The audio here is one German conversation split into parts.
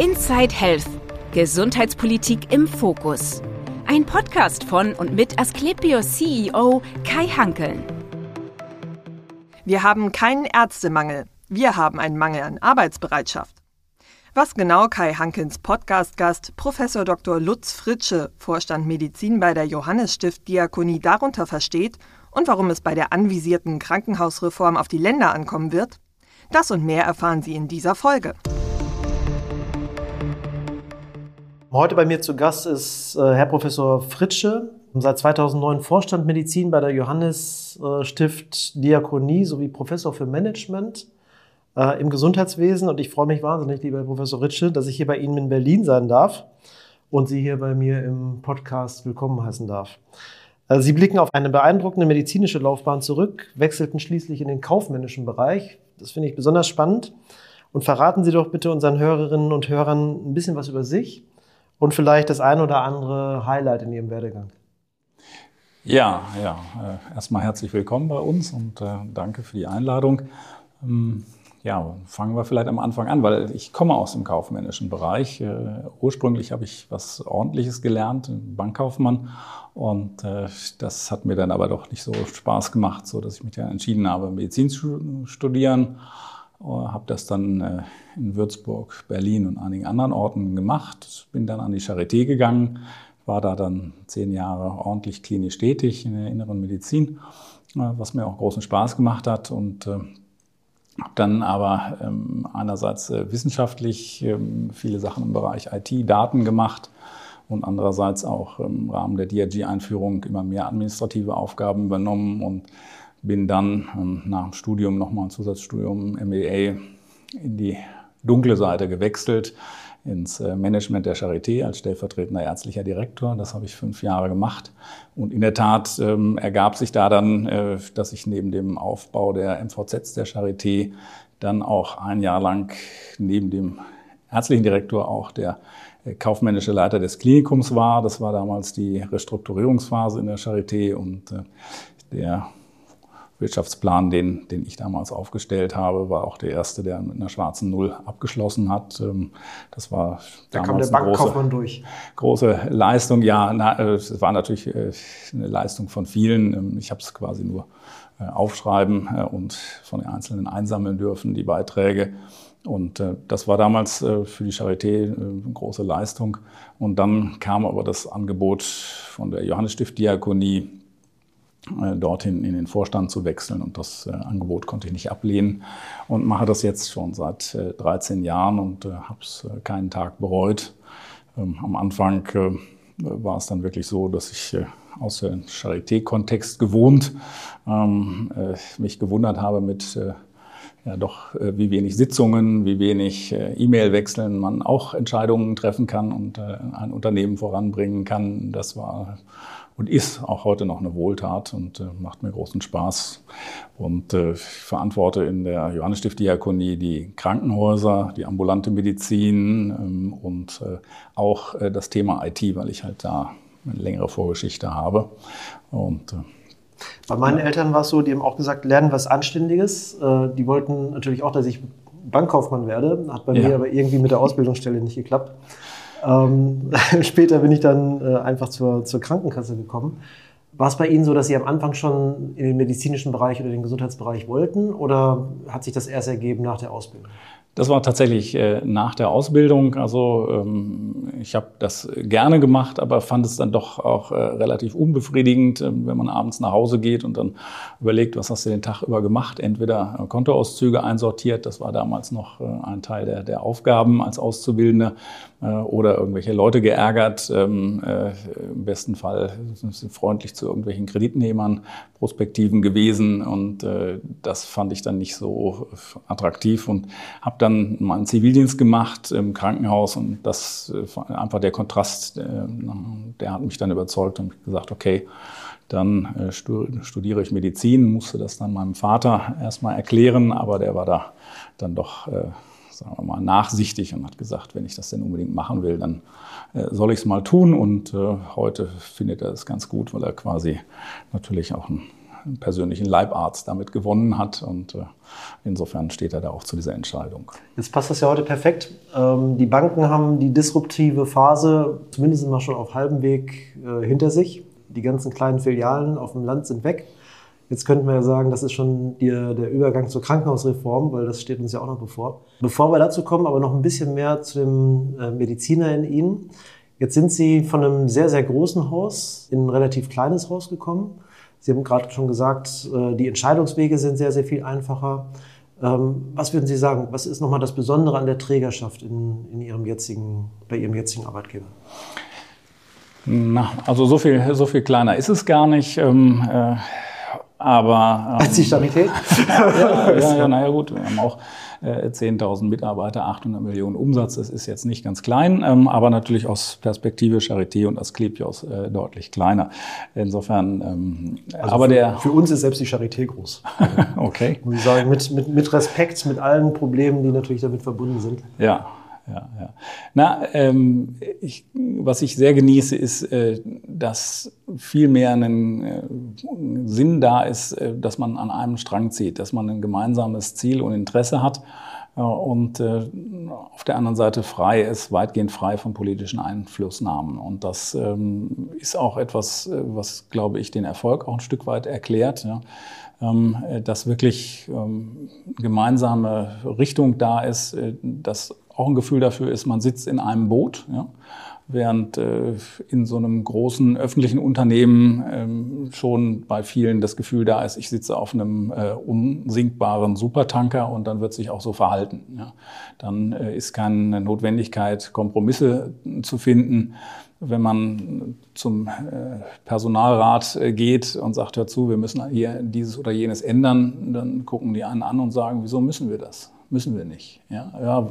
Inside Health – Gesundheitspolitik im Fokus. Ein Podcast von und mit Asklepios CEO Kai Hankeln. Wir haben keinen Ärztemangel. Wir haben einen Mangel an Arbeitsbereitschaft. Was genau Kai Hankelns Podcast-Gast Prof. Dr. Lutz Fritsche, Vorstand Medizin bei der Johannesstift-Diakonie, darunter versteht und warum es bei der anvisierten Krankenhausreform auf die Länder ankommen wird, das und mehr erfahren Sie in dieser Folge. Heute bei mir zu Gast ist Herr Professor Fritsche, seit 2009 Vorstand Medizin bei der Johannesstift-Diakonie sowie Professor für Management im Gesundheitswesen. Und ich freue mich wahnsinnig, lieber Herr Professor Fritsche, dass ich hier bei Ihnen in Berlin sein darf und Sie hier bei mir im Podcast willkommen heißen darf. Sie blicken auf eine beeindruckende medizinische Laufbahn zurück, wechselten schließlich in den kaufmännischen Bereich. Das finde ich besonders spannend. Und verraten Sie doch bitte unseren Hörerinnen und Hörern ein bisschen was über sich und vielleicht das ein oder andere Highlight in Ihrem Werdegang. Erstmal herzlich willkommen bei uns und danke für die Einladung. Fangen wir vielleicht am Anfang an, weil ich komme aus dem kaufmännischen Bereich. Ursprünglich habe ich was Ordentliches gelernt, Bankkaufmann. Und das hat mir dann aber doch nicht so Spaß gemacht, so dass ich mich dann entschieden habe, Medizin zu studieren. Habe das dann in Würzburg, Berlin und einigen anderen Orten gemacht. Bin dann an die Charité gegangen, war da dann 10 Jahre ordentlich klinisch tätig in der inneren Medizin, was mir auch großen Spaß gemacht hat. Und habe dann aber einerseits wissenschaftlich viele Sachen im Bereich IT, Daten gemacht und andererseits auch im Rahmen der DRG-Einführung immer mehr administrative Aufgaben übernommen und bin dann nach dem Studium nochmal ein Zusatzstudium MBA in die dunkle Seite gewechselt, ins Management der Charité als stellvertretender ärztlicher Direktor. Das habe ich 5 Jahre gemacht. Und in der Tat ergab sich da dann, dass ich neben dem Aufbau der MVZs der Charité dann auch 1 Jahr lang neben dem ärztlichen Direktor auch der kaufmännische Leiter des Klinikums war. Das war damals die Restrukturierungsphase in der Charité und der Wirtschaftsplan, den ich damals aufgestellt habe, war auch der erste, der mit einer schwarzen Null abgeschlossen hat. Das war da kam der Bankkaufmann durch. Große Leistung. Es war natürlich eine Leistung von vielen. Ich habe es quasi nur aufschreiben und von den Einzelnen einsammeln dürfen, die Beiträge. Und das war damals für die Charité eine große Leistung. Und dann kam aber das Angebot von der Johannesstift-Diakonie, dorthin in den Vorstand zu wechseln. Und das Angebot konnte ich nicht ablehnen und mache das jetzt schon seit 13 Jahren und habe es keinen Tag bereut. Am Anfang war es dann wirklich so, dass ich aus dem Charité-Kontext gewohnt mich gewundert habe mit wie wenig Sitzungen, wie wenig E-Mail-Wechseln man auch Entscheidungen treffen kann und ein Unternehmen voranbringen kann. Das war und ist auch heute noch eine Wohltat und macht mir großen Spaß. Und ich verantworte in der Johannesstift-Diakonie die Krankenhäuser, die ambulante Medizin und auch das Thema IT, weil ich halt da eine längere Vorgeschichte habe. Und bei meinen Eltern war es so, die haben auch gesagt, lernen was Anständiges. Die wollten natürlich auch, dass ich Bankkaufmann werde. Hat bei mir aber irgendwie mit der Ausbildungsstelle nicht geklappt. Später bin ich dann einfach zur Krankenkasse gekommen. War es bei Ihnen so, dass Sie am Anfang schon in den medizinischen Bereich oder den Gesundheitsbereich wollten oder hat sich das erst ergeben nach der Ausbildung? Das war tatsächlich nach der Ausbildung. Also ich habe das gerne gemacht, aber fand es dann doch auch relativ unbefriedigend, wenn man abends nach Hause geht und dann überlegt, was hast du den Tag über gemacht. Entweder Kontoauszüge einsortiert, das war damals noch ein Teil der Aufgaben als Auszubildende, oder irgendwelche Leute geärgert. Im besten Fall sind sie freundlich zu irgendwelchen Kreditnehmern, Prospektiven gewesen und das fand ich dann nicht so attraktiv und habe dann meinen Zivildienst gemacht im Krankenhaus und das einfach der Kontrast, der hat mich dann überzeugt und gesagt, okay, dann studiere ich Medizin, musste das dann meinem Vater erstmal erklären, aber der war da dann doch, sagen wir mal, nachsichtig und hat gesagt, wenn ich das denn unbedingt machen will, dann soll ich es mal tun und heute findet er es ganz gut, weil er quasi natürlich auch ein persönlichen Leibarzt damit gewonnen hat. Und insofern steht er da auch zu dieser Entscheidung. Jetzt passt das ja heute perfekt. Die Banken haben die disruptive Phase zumindest mal schon auf halbem Weg hinter sich. Die ganzen kleinen Filialen auf dem Land sind weg. Jetzt könnten wir ja sagen, das ist schon der Übergang zur Krankenhausreform, weil das steht uns ja auch noch bevor. Bevor wir dazu kommen, aber noch ein bisschen mehr zu dem Mediziner in Ihnen. Jetzt sind Sie von einem sehr, sehr großen Haus in ein relativ kleines Haus gekommen. Sie haben gerade schon gesagt, die Entscheidungswege sind sehr, sehr viel einfacher. Was würden Sie sagen, was ist nochmal das Besondere an der Trägerschaft bei Ihrem jetzigen Arbeitgeber? Na, also so viel kleiner ist es gar nicht. Aber als die Charité? Naja gut, wir haben auch 10.000 Mitarbeiter, 800 Millionen Umsatz. Das ist jetzt nicht ganz klein, aber natürlich aus Perspektive Charité und Asklepios deutlich kleiner. Insofern, also aber für uns ist selbst die Charité groß. Okay. Muss ich sagen, mit Respekt, mit allen Problemen, die natürlich damit verbunden sind. Ja. Na, was ich sehr genieße, ist, dass viel mehr ein Sinn da ist, dass man an einem Strang zieht, dass man ein gemeinsames Ziel und Interesse hat und auf der anderen Seite weitgehend frei von politischen Einflussnahmen. Und das ist auch etwas, was, glaube ich, den Erfolg auch ein Stück weit erklärt, ja. Dass wirklich gemeinsame Richtung da ist, dass auch ein Gefühl dafür ist, man sitzt in einem Boot, ja, während in so einem großen öffentlichen Unternehmen schon bei vielen das Gefühl da ist, ich sitze auf einem unsinkbaren Supertanker und dann wird sich auch so verhalten. Ja. Dann ist keine Notwendigkeit, Kompromisse zu finden. Wenn man zum Personalrat geht und sagt, hör zu, wir müssen hier dieses oder jenes ändern, dann gucken die einen an und sagen, wieso müssen wir das? Müssen wir nicht. Ja,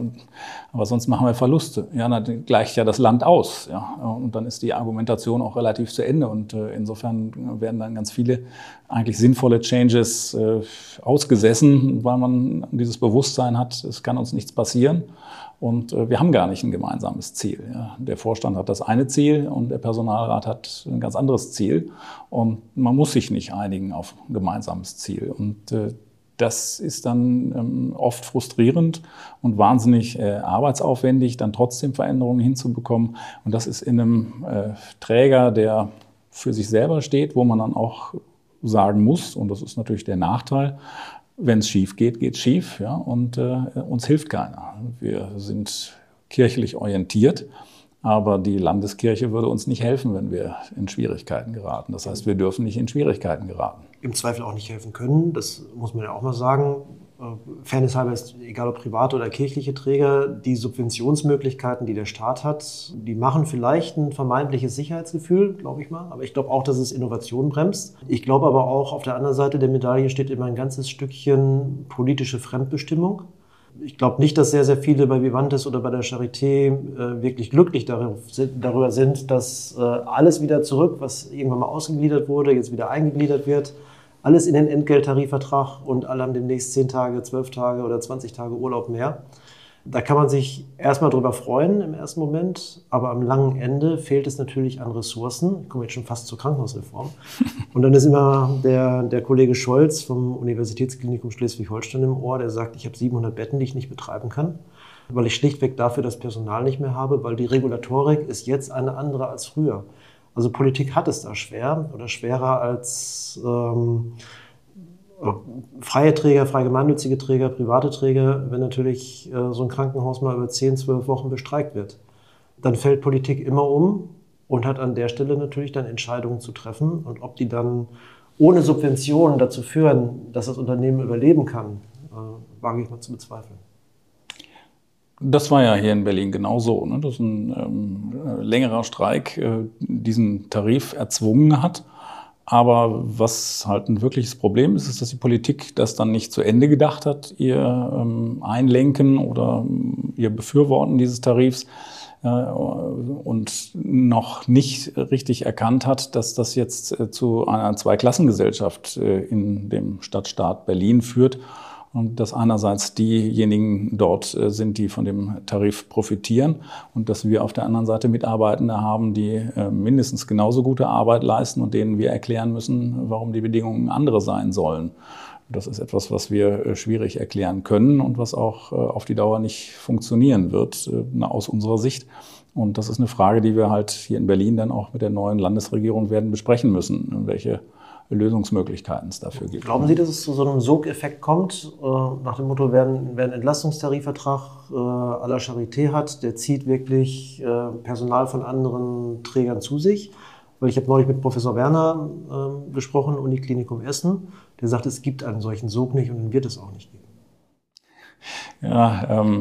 aber sonst machen wir Verluste. Ja, dann gleicht ja das Land aus. Ja, und dann ist die Argumentation auch relativ zu Ende. Und insofern werden dann ganz viele eigentlich sinnvolle Changes ausgesessen, weil man dieses Bewusstsein hat, es kann uns nichts passieren. Und wir haben gar nicht ein gemeinsames Ziel. Ja. Der Vorstand hat das eine Ziel und der Personalrat hat ein ganz anderes Ziel. Und man muss sich nicht einigen auf ein gemeinsames Ziel. Und das ist dann oft frustrierend und wahnsinnig arbeitsaufwendig, dann trotzdem Veränderungen hinzubekommen. Und das ist in einem Träger, der für sich selber steht, wo man dann auch sagen muss, und das ist natürlich der Nachteil, wenn es schief geht, geht es schief, ja, und uns hilft keiner. Wir sind kirchlich orientiert, aber die Landeskirche würde uns nicht helfen, wenn wir in Schwierigkeiten geraten. Das heißt, wir dürfen nicht in Schwierigkeiten geraten. Im Zweifel auch nicht helfen können, das muss man ja auch mal sagen. Fairness halber ist, egal ob private oder kirchliche Träger, die Subventionsmöglichkeiten, die der Staat hat, die machen vielleicht ein vermeintliches Sicherheitsgefühl, glaube ich mal. Aber ich glaube auch, dass es Innovation bremst. Ich glaube aber auch, auf der anderen Seite der Medaille steht immer ein ganzes Stückchen politische Fremdbestimmung. Ich glaube nicht, dass sehr, sehr viele bei Vivantes oder bei der Charité wirklich glücklich darüber sind, dass alles wieder zurück, was irgendwann mal ausgegliedert wurde, jetzt wieder eingegliedert wird. Alles in den Entgelttarifvertrag und alle haben demnächst 10 Tage, 12 Tage oder 20 Tage Urlaub mehr. Da kann man sich erstmal drüber freuen im ersten Moment, aber am langen Ende fehlt es natürlich an Ressourcen. Ich komme jetzt schon fast zur Krankenhausreform. Und dann ist immer der Kollege Scholz vom Universitätsklinikum Schleswig-Holstein im Ohr, der sagt, ich habe 700 Betten, die ich nicht betreiben kann, weil ich schlichtweg dafür das Personal nicht mehr habe, weil die Regulatorik ist jetzt eine andere als früher. Also Politik hat es da schwer oder schwerer als freie Träger, frei gemeinnützige Träger, private Träger, wenn natürlich so ein Krankenhaus mal über 10, 12 Wochen bestreikt wird. Dann fällt Politik immer um und hat an der Stelle natürlich dann Entscheidungen zu treffen. Und ob die dann ohne Subventionen dazu führen, dass das Unternehmen überleben kann, wage ich mal zu bezweifeln. Das war ja hier in Berlin genauso, ne? Dass ein längerer Streik diesen Tarif erzwungen hat. Aber was halt ein wirkliches Problem ist, ist, dass die Politik das dann nicht zu Ende gedacht hat, ihr Einlenken oder ihr Befürworten dieses Tarifs und noch nicht richtig erkannt hat, dass das jetzt zu einer Zweiklassengesellschaft in dem Stadtstaat Berlin führt. Und dass einerseits diejenigen dort sind, die von dem Tarif profitieren und dass wir auf der anderen Seite Mitarbeitende haben, die mindestens genauso gute Arbeit leisten und denen wir erklären müssen, warum die Bedingungen andere sein sollen. Das ist etwas, was wir schwierig erklären können und was auch auf die Dauer nicht funktionieren wird, aus unserer Sicht. Und das ist eine Frage, die wir halt hier in Berlin dann auch mit der neuen Landesregierung werden besprechen müssen, welche Lösungsmöglichkeiten es dafür gibt. Glauben Sie, dass es zu so einem Sogeffekt kommt, nach dem Motto, wer einen Entlastungstarifvertrag à la Charité hat, der zieht wirklich Personal von anderen Trägern zu sich? Weil ich habe neulich mit Professor Werner gesprochen, Uniklinikum Essen, der sagt, es gibt einen solchen Sog nicht und den wird es auch nicht geben. Ja,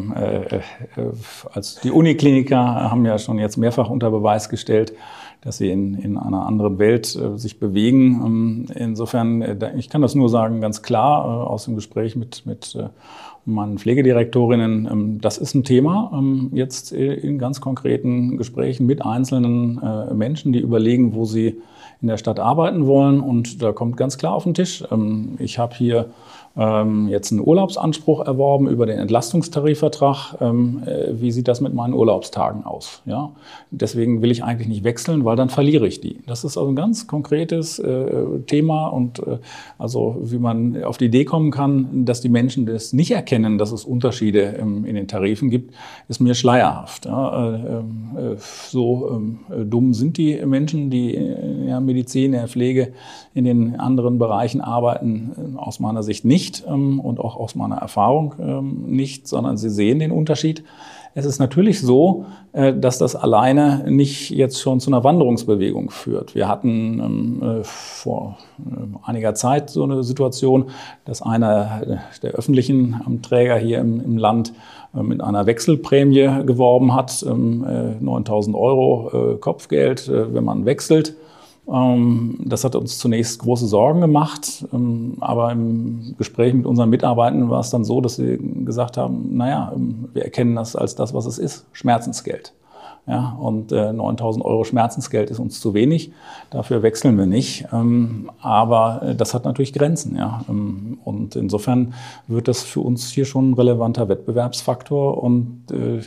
also die Unikliniker haben ja schon jetzt mehrfach unter Beweis gestellt, dass sie in einer anderen Welt sich bewegen. Insofern, ich kann das nur sagen, ganz klar aus dem Gespräch mit meinen Pflegedirektorinnen, das ist ein Thema, jetzt in ganz konkreten Gesprächen mit einzelnen Menschen, die überlegen, wo sie in der Stadt arbeiten wollen. Und da kommt ganz klar auf den Tisch, ich habe hier jetzt einen Urlaubsanspruch erworben über den Entlastungstarifvertrag. Wie sieht das mit meinen Urlaubstagen aus? Ja? Deswegen will ich eigentlich nicht wechseln, weil dann verliere ich die. Das ist also ein ganz konkretes Thema und also wie man auf die Idee kommen kann, dass die Menschen das nicht erkennen, dass es Unterschiede in den Tarifen gibt, ist mir schleierhaft. Ja? So dumm sind die Menschen, die in der Medizin, in der Pflege, in den anderen Bereichen arbeiten, aus meiner Sicht nicht. Und auch aus meiner Erfahrung nicht, sondern sie sehen den Unterschied. Es ist natürlich so, dass das alleine nicht jetzt schon zu einer Wanderungsbewegung führt. Wir hatten vor einiger Zeit so eine Situation, dass einer der öffentlichen Träger hier im Land mit einer Wechselprämie geworben hat, 9.000 € Kopfgeld, wenn man wechselt. Das hat uns zunächst große Sorgen gemacht, aber im Gespräch mit unseren Mitarbeitern war es dann so, dass sie gesagt haben, naja, wir erkennen das als das, was es ist, Schmerzensgeld. Ja, und 9.000 € Schmerzensgeld ist uns zu wenig, dafür wechseln wir nicht. Aber das hat natürlich Grenzen. Ja. Und insofern wird das für uns hier schon ein relevanter Wettbewerbsfaktor. Und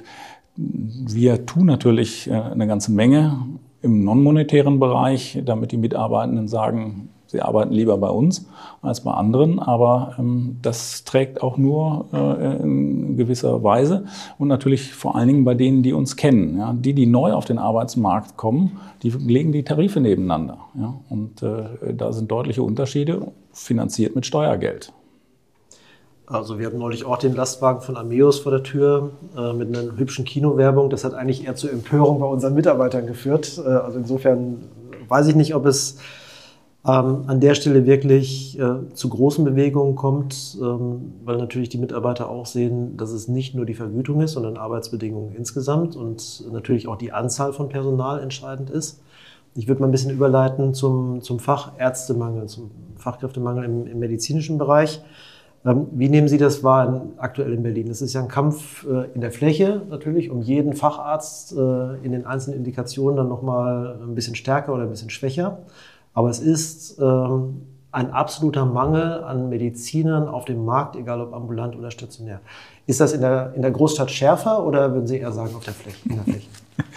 wir tun natürlich eine ganze Menge im non-monetären Bereich, damit die Mitarbeitenden sagen, sie arbeiten lieber bei uns als bei anderen. Aber das trägt auch nur in gewisser Weise und natürlich vor allen Dingen bei denen, die uns kennen. Ja. Die neu auf den Arbeitsmarkt kommen, die legen die Tarife nebeneinander. Ja. Und da sind deutliche Unterschiede, finanziert mit Steuergeld. Also wir hatten neulich auch den Lastwagen von Ameos vor der Tür mit einer hübschen Kinowerbung. Das hat eigentlich eher zur Empörung bei unseren Mitarbeitern geführt. Also insofern weiß ich nicht, ob es an der Stelle wirklich zu großen Bewegungen kommt, weil natürlich die Mitarbeiter auch sehen, dass es nicht nur die Vergütung ist, sondern Arbeitsbedingungen insgesamt und natürlich auch die Anzahl von Personal entscheidend ist. Ich würde mal ein bisschen überleiten zum Fachärztemangel, zum Fachkräftemangel im medizinischen Bereich. Wie nehmen Sie das wahr aktuell in Berlin? Es ist ja ein Kampf in der Fläche natürlich, um jeden Facharzt in den einzelnen Indikationen dann nochmal ein bisschen stärker oder ein bisschen schwächer. Aber es ist ein absoluter Mangel an Medizinern auf dem Markt, egal ob ambulant oder stationär. Ist das in der Großstadt schärfer oder würden Sie eher sagen in der Fläche?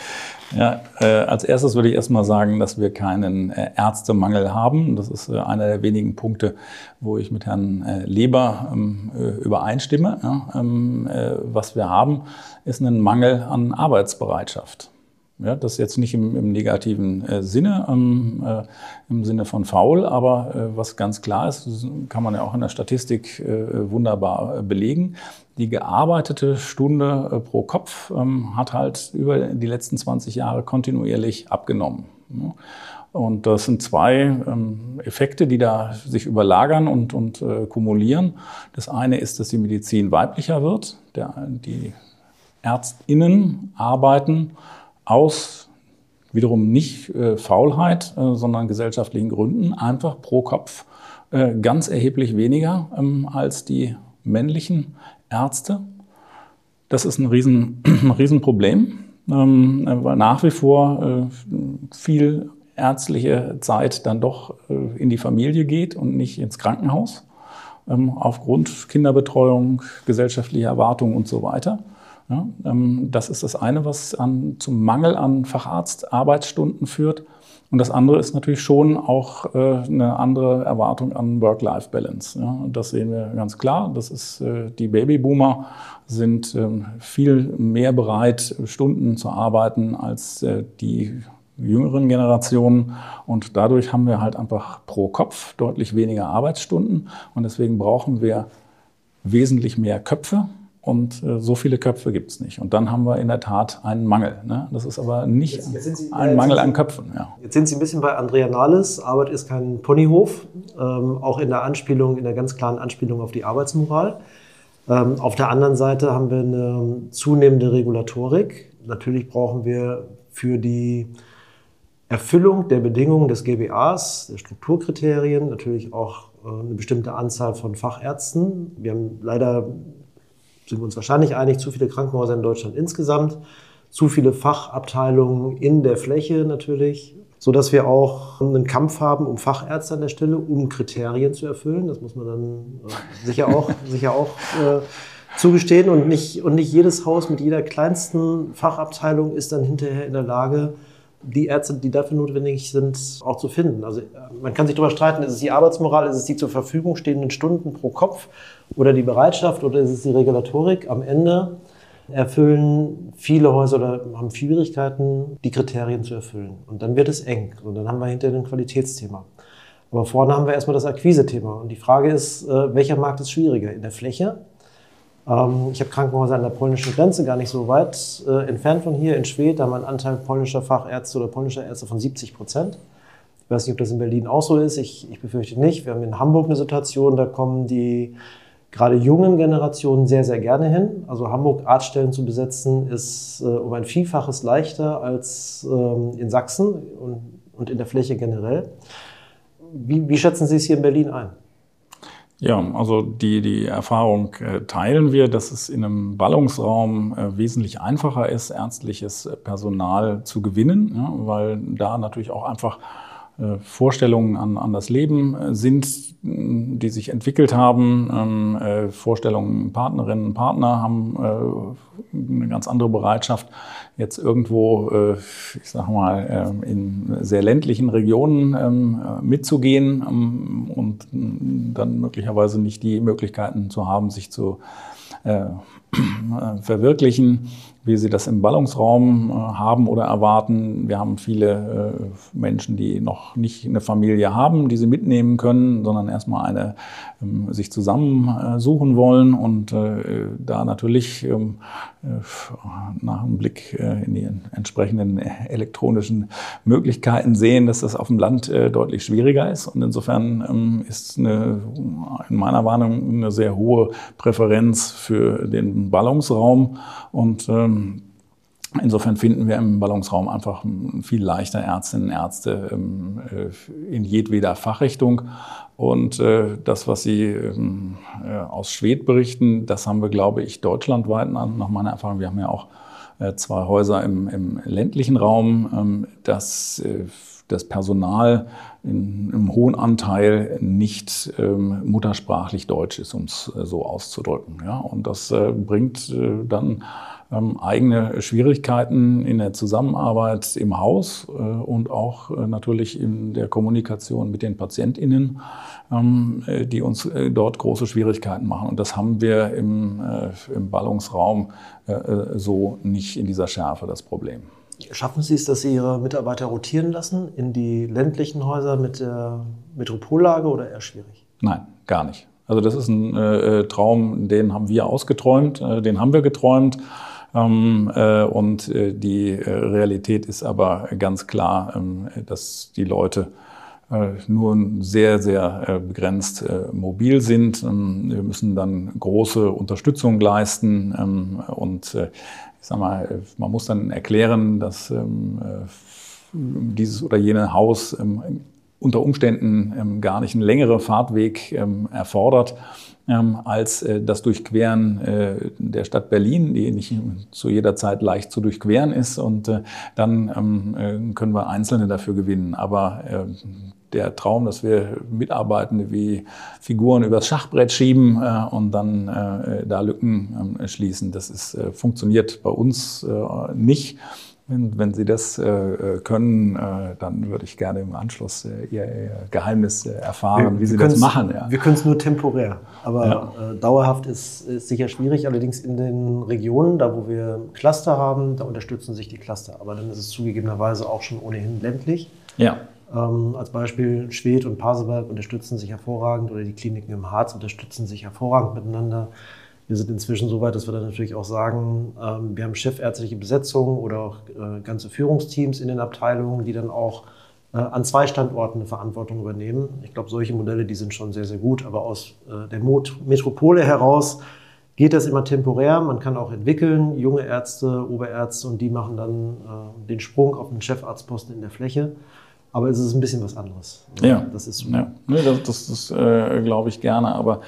Ja, als erstes würde ich erstmal sagen, dass wir keinen Ärztemangel haben. Das ist einer der wenigen Punkte, wo ich mit Herrn Leber übereinstimme. Ja, was wir haben, ist ein Mangel an Arbeitsbereitschaft. Ja, das ist jetzt nicht im negativen Sinne, im Sinne von faul, aber was ganz klar ist, das kann man ja auch in der Statistik wunderbar belegen. Die gearbeitete Stunde pro Kopf hat halt über die letzten 20 Jahre kontinuierlich abgenommen. Und das sind zwei Effekte, die da sich überlagern und kumulieren. Das eine ist, dass die Medizin weiblicher wird. Die ÄrztInnen arbeiten aus wiederum nicht Faulheit, sondern gesellschaftlichen Gründen einfach pro Kopf ganz erheblich weniger als die männlichen Ärzte. Das ist ein Riesenproblem, weil nach wie vor viel ärztliche Zeit dann doch in die Familie geht und nicht ins Krankenhaus. aufgrund Kinderbetreuung, gesellschaftlicher Erwartungen und so weiter. Ja, das ist das eine, was zum Mangel an Facharztarbeitsstunden führt. Und das andere ist natürlich schon auch eine andere Erwartung an Work-Life-Balance. Ja, das sehen wir ganz klar. Das ist, die Babyboomer sind viel mehr bereit, Stunden zu arbeiten als die jüngeren Generationen. Und dadurch haben wir halt einfach pro Kopf deutlich weniger Arbeitsstunden. Und deswegen brauchen wir wesentlich mehr Köpfe. Und so viele Köpfe gibt es nicht. Und dann haben wir in der Tat einen Mangel. Ne? Das ist aber nicht ein Mangel an Köpfen. Ja. Jetzt sind Sie ein bisschen bei Andrea Nahles. Arbeit ist kein Ponyhof. Auch in der ganz klaren Anspielung auf die Arbeitsmoral. Auf der anderen Seite haben wir eine zunehmende Regulatorik. Natürlich brauchen wir für die Erfüllung der Bedingungen des GBAs, der Strukturkriterien, natürlich auch eine bestimmte Anzahl von Fachärzten. Wir haben leider, sind wir uns wahrscheinlich einig, zu viele Krankenhäuser in Deutschland insgesamt, zu viele Fachabteilungen in der Fläche natürlich, sodass wir auch einen Kampf haben um Fachärzte an der Stelle, um Kriterien zu erfüllen. Das muss man dann sicher auch zugestehen. Und nicht jedes Haus mit jeder kleinsten Fachabteilung ist dann hinterher in der Lage, die Ärzte, die dafür notwendig sind, auch zu finden. Also man kann sich darüber streiten, ist es die Arbeitsmoral, ist es die zur Verfügung stehenden Stunden pro Kopf oder die Bereitschaft oder ist es die Regulatorik? Am Ende erfüllen viele Häuser oder haben Schwierigkeiten, die Kriterien zu erfüllen. Und dann wird es eng und dann haben wir hinterher ein Qualitätsthema. Aber vorne haben wir erstmal das Akquise-Thema. Und die Frage ist, welcher Markt ist schwieriger? In der Fläche? Ich habe Krankenhäuser an der polnischen Grenze, gar nicht so weit entfernt von hier in Schwedt. Da haben wir einen Anteil polnischer Fachärzte oder polnischer Ärzte von 70%. Ich weiß nicht, ob das in Berlin auch so ist. Ich befürchte nicht. Wir haben in Hamburg eine Situation, da kommen die gerade jungen Generationen sehr, sehr gerne hin. Also Hamburg Arztstellen zu besetzen ist um ein Vielfaches leichter als in Sachsen und in der Fläche generell. Wie schätzen Sie es hier in Berlin ein? Ja, also die Erfahrung teilen wir, dass es in einem Ballungsraum wesentlich einfacher ist, ärztliches Personal zu gewinnen, ja, weil da natürlich auch einfach Vorstellungen an das Leben sind, die sich entwickelt haben. Vorstellungen, Partnerinnen und Partner haben eine ganz andere Bereitschaft, jetzt irgendwo, ich sag mal, in sehr ländlichen Regionen mitzugehen und dann möglicherweise nicht die Möglichkeiten zu haben, sich zu verwirklichen, wie sie das im Ballungsraum haben oder erwarten. Wir haben viele Menschen, die noch nicht eine Familie haben, die sie mitnehmen können, sondern erstmal eine sich zusammensuchen wollen und da natürlich nach einem Blick in die entsprechenden elektronischen Möglichkeiten sehen, dass das auf dem Land deutlich schwieriger ist. Und insofern ist in meiner Wahrnehmung eine sehr hohe Präferenz für den Ballungsraum und insofern finden wir im Ballungsraum einfach viel leichter Ärztinnen und Ärzte in jedweder Fachrichtung. Und das, was Sie aus Schwedt berichten, das haben wir, glaube ich, deutschlandweit nach meiner Erfahrung. Wir haben ja auch 2 Häuser im ländlichen Raum, dass das Personal im hohen Anteil nicht muttersprachlich Deutsch ist, um es so auszudrücken. Ja? Und das bringt dann eigene Schwierigkeiten in der Zusammenarbeit im Haus und auch natürlich in der Kommunikation mit den PatientInnen, die uns dort große Schwierigkeiten machen. Und das haben wir im Ballungsraum so nicht in dieser Schärfe, das Problem. Schaffen Sie es, dass Sie Ihre Mitarbeiter rotieren lassen in die ländlichen Häuser mit der Metropollage oder eher schwierig? Nein, gar nicht. Also das ist ein Traum, den haben wir ausgeträumt, den haben wir geträumt. Und die Realität ist aber ganz klar, dass die Leute nur sehr, sehr begrenzt mobil sind. Wir müssen dann große Unterstützung leisten und ich sag mal, man muss dann erklären, dass dieses oder jene Haus unter Umständen gar nicht einen längeren Fahrtweg erfordert, als das Durchqueren der Stadt Berlin, die nicht zu jeder Zeit leicht zu durchqueren ist. Und dann können wir Einzelne dafür gewinnen. Aber der Traum, dass wir Mitarbeitende wie Figuren übers Schachbrett schieben und dann da Lücken schließen. Das funktioniert bei uns nicht. Wenn Sie das können, dann würde ich gerne im Anschluss Ihr Geheimnis erfahren, wie Sie das machen. Ja. Wir können es nur temporär, aber dauerhaft ist sicher schwierig. Allerdings in den Regionen, da wo wir Cluster haben, da unterstützen sich die Cluster. Aber dann ist es zugegebenerweise auch schon ohnehin ländlich. Ja. Als Beispiel Schwedt und Pasewalk unterstützen sich hervorragend oder die Kliniken im Harz unterstützen sich hervorragend miteinander. Wir sind inzwischen so weit, dass wir dann natürlich auch sagen, wir haben chefärztliche Besetzung oder auch ganze Führungsteams in den Abteilungen, die dann auch an 2 Standorten eine Verantwortung übernehmen. Ich glaube, solche Modelle, die sind schon sehr, sehr gut. Aber aus der Metropole heraus geht das immer temporär. Man kann auch entwickeln, junge Ärzte, Oberärzte, und die machen dann den Sprung auf einen Chefarztposten in der Fläche. Aber es ist ein bisschen was anderes. Ja, das ist so. Ja. Das glaube ich gerne. Aber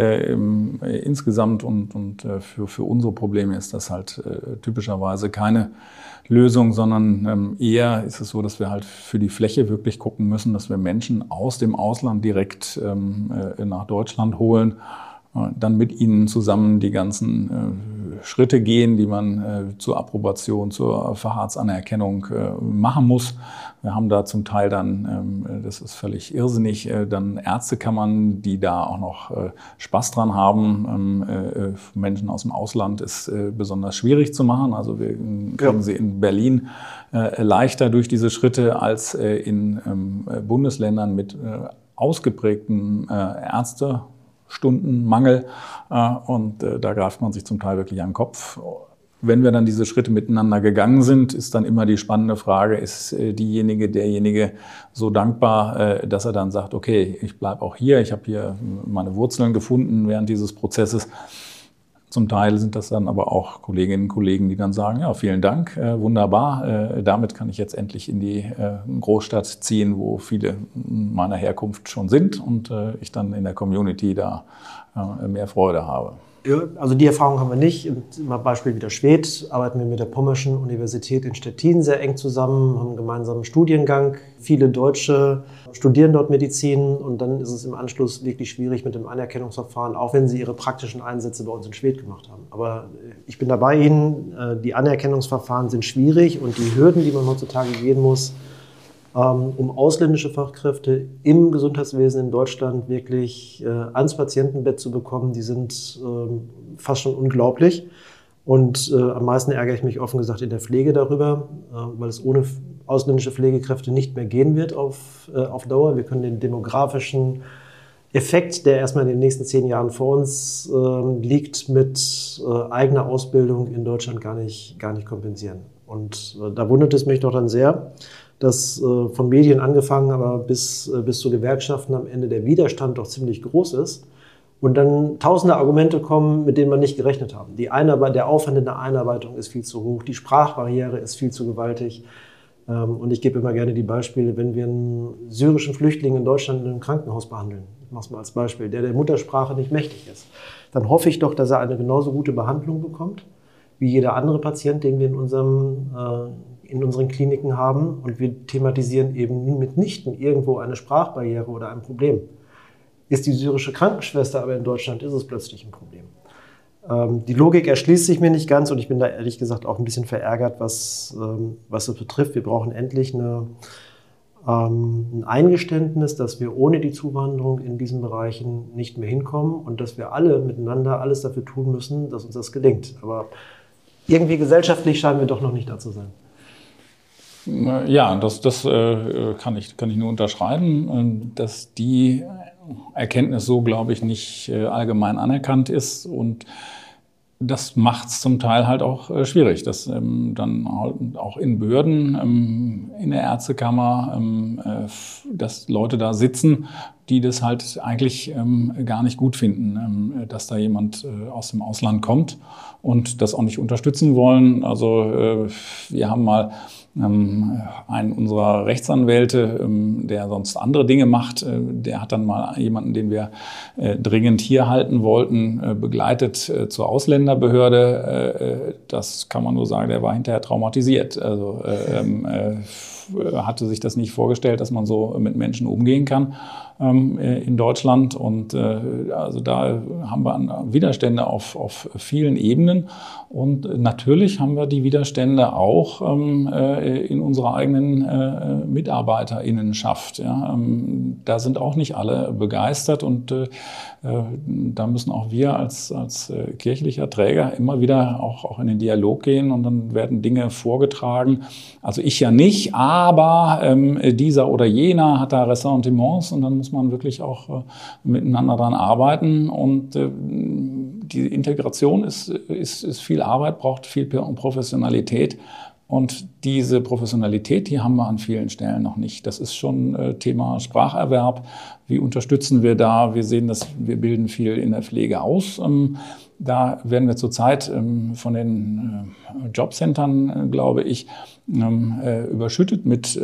insgesamt und für unsere Probleme ist das halt typischerweise keine Lösung, sondern eher ist es so, dass wir halt für die Fläche wirklich gucken müssen, dass wir Menschen aus dem Ausland direkt nach Deutschland holen, dann mit ihnen zusammen die ganzen Schritte gehen, die man zur Approbation, zur Verhartsanerkennung machen muss. Wir haben da zum Teil dann, das ist völlig irrsinnig, dann Ärztekammern, die da auch noch Spaß dran haben. Menschen aus dem Ausland ist besonders schwierig zu machen. Also wir kriegen sie in Berlin leichter durch diese Schritte als in Bundesländern mit ausgeprägtem Ärztestundenmangel, und da greift man sich zum Teil wirklich an den Kopf. Wenn wir dann diese Schritte miteinander gegangen sind, ist dann immer die spannende Frage, ist derjenige so dankbar, dass er dann sagt, okay, ich bleibe auch hier, ich habe hier meine Wurzeln gefunden während dieses Prozesses. Zum Teil sind das dann aber auch Kolleginnen und Kollegen, die dann sagen, ja, vielen Dank, wunderbar, damit kann ich jetzt endlich in die Großstadt ziehen, wo viele meiner Herkunft schon sind und ich dann in der Community da mehr Freude habe. Ja, also die Erfahrung haben wir nicht. Mal Beispiel wieder Schwedt, arbeiten wir mit der Pommerschen Universität in Stettin sehr eng zusammen, haben einen gemeinsamen Studiengang. Viele Deutsche studieren dort Medizin und dann ist es im Anschluss wirklich schwierig mit dem Anerkennungsverfahren, auch wenn sie ihre praktischen Einsätze bei uns in Schwedt gemacht haben. Aber ich bin da bei Ihnen, die Anerkennungsverfahren sind schwierig und die Hürden, die man heutzutage gehen muss, um ausländische Fachkräfte im Gesundheitswesen in Deutschland wirklich ans Patientenbett zu bekommen, die sind fast schon unglaublich. Und am meisten ärgere ich mich offen gesagt in der Pflege darüber, weil es ohne ausländische Pflegekräfte nicht mehr gehen wird auf Dauer. Wir können den demografischen Effekt, der erstmal in den nächsten 10 Jahren vor uns liegt, mit eigener Ausbildung in Deutschland gar nicht kompensieren. Und da wundert es mich doch dann sehr, dass von Medien angefangen, aber bis zu Gewerkschaften am Ende der Widerstand doch ziemlich groß ist und dann tausende Argumente kommen, mit denen man nicht gerechnet haben. Der Aufwand in der Einarbeitung ist viel zu hoch, die Sprachbarriere ist viel zu gewaltig. Und ich gebe immer gerne die Beispiele, wenn wir einen syrischen Flüchtling in Deutschland in einem Krankenhaus behandeln, ich mache es mal als Beispiel, der Muttersprache nicht mächtig ist, dann hoffe ich doch, dass er eine genauso gute Behandlung bekommt, wie jeder andere Patient, den wir in unseren Kliniken haben, und wir thematisieren eben mitnichten irgendwo eine Sprachbarriere oder ein Problem. Ist die syrische Krankenschwester aber in Deutschland, ist es plötzlich ein Problem. Die Logik erschließt sich mir nicht ganz und ich bin da ehrlich gesagt auch ein bisschen verärgert, was das betrifft. Wir brauchen endlich ein Eingeständnis, dass wir ohne die Zuwanderung in diesen Bereichen nicht mehr hinkommen und dass wir alle miteinander alles dafür tun müssen, dass uns das gelingt. Aber irgendwie gesellschaftlich scheinen wir doch noch nicht da zu sein. Ja, das kann ich nur unterschreiben, dass die Erkenntnis so, glaube ich, nicht allgemein anerkannt ist, und das macht es zum Teil halt auch schwierig, dass dann auch in Behörden, in der Ärztekammer, dass Leute da sitzen, die das halt eigentlich gar nicht gut finden, dass da jemand aus dem Ausland kommt und das auch nicht unterstützen wollen. Also wir haben mal einen unserer Rechtsanwälte, der sonst andere Dinge macht, der hat dann mal jemanden, den wir dringend hier halten wollten, begleitet zur Ausländerbehörde. Das kann man nur sagen, der war hinterher traumatisiert. Also hatte sich das nicht vorgestellt, dass man so mit Menschen umgehen kann in Deutschland. Und also da haben wir Widerstände auf vielen Ebenen. Und natürlich haben wir die Widerstände auch in unserer eigenen MitarbeiterInnenschaft. Ja. Da sind auch nicht alle begeistert und da müssen auch wir als kirchlicher Träger immer wieder auch in den Dialog gehen und dann werden Dinge vorgetragen. Also ich ja nicht, aber dieser oder jener hat da Ressentiments und dann muss man wirklich auch miteinander dran arbeiten und die Integration ist viel Arbeit, braucht viel Professionalität. Und diese Professionalität, die haben wir an vielen Stellen noch nicht. Das ist schon Thema Spracherwerb. Wie unterstützen wir da? Wir sehen, dass wir bilden viel in der Pflege aus. Da werden wir zurzeit von den Jobcentern, glaube ich, überschüttet mit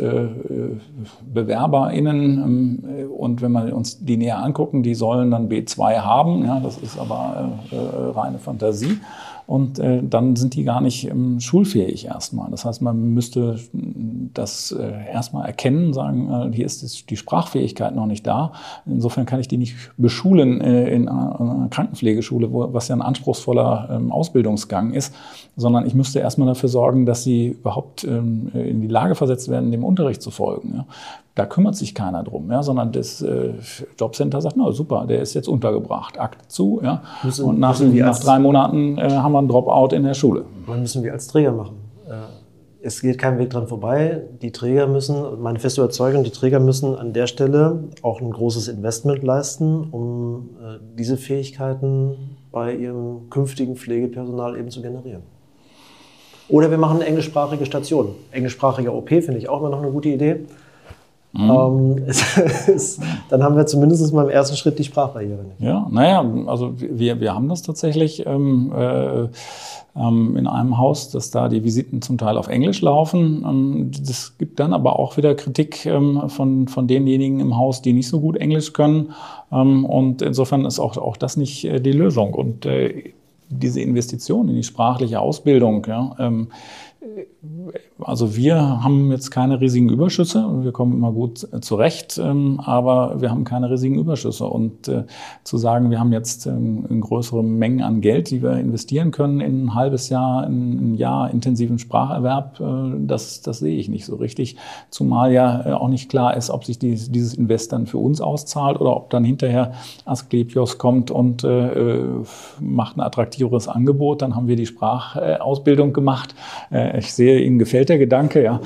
BewerberInnen. Und wenn wir uns die näher angucken, die sollen dann B2 haben. Ja, das ist aber reine Fantasie. Und dann sind die gar nicht schulfähig erstmal. Das heißt, man müsste das erstmal erkennen, sagen, hier ist die Sprachfähigkeit noch nicht da. Insofern kann ich die nicht beschulen in einer Krankenpflegeschule, was ja ein anspruchsvoller Ausbildungsgang ist, sondern ich müsste erstmal dafür sorgen, dass sie überhaupt in die Lage versetzt werden, dem Unterricht zu folgen. Ja. Da kümmert sich keiner drum, ja, sondern das Jobcenter sagt, na super, der ist jetzt untergebracht, Akt zu. Ja. Und nach 3 Monaten haben wir einen Dropout in der Schule. Was müssen wir als Träger machen? Es geht kein Weg dran vorbei. Die Träger müssen, meine feste Überzeugung, die Träger müssen an der Stelle auch ein großes Investment leisten, um diese Fähigkeiten bei ihrem künftigen Pflegepersonal eben zu generieren. Oder wir machen eine englischsprachige Station. Englischsprachige OP finde ich auch immer noch eine gute Idee. Dann haben wir zumindest mal im ersten Schritt die Sprachbarriere nicht. Ja, naja, also wir haben das tatsächlich in einem Haus, dass da die Visiten zum Teil auf Englisch laufen. Das gibt dann aber auch wieder Kritik von denjenigen im Haus, die nicht so gut Englisch können. Und insofern ist auch das nicht die Lösung. Und diese Investition in die sprachliche Ausbildung, ja, also wir haben jetzt keine riesigen Überschüsse, wir kommen immer gut zurecht, aber wir haben keine riesigen Überschüsse. Und zu sagen, wir haben jetzt größere Mengen an Geld, die wir investieren können in ein halbes Jahr, in ein Jahr intensiven Spracherwerb, das sehe ich nicht so richtig. Zumal ja auch nicht klar ist, ob sich dieses Invest dann für uns auszahlt oder ob dann hinterher Asklepios kommt und macht ein attraktiveres Angebot. Dann haben wir die Sprachausbildung gemacht. Ich sehe, Ihnen gefällt der Gedanke, ja.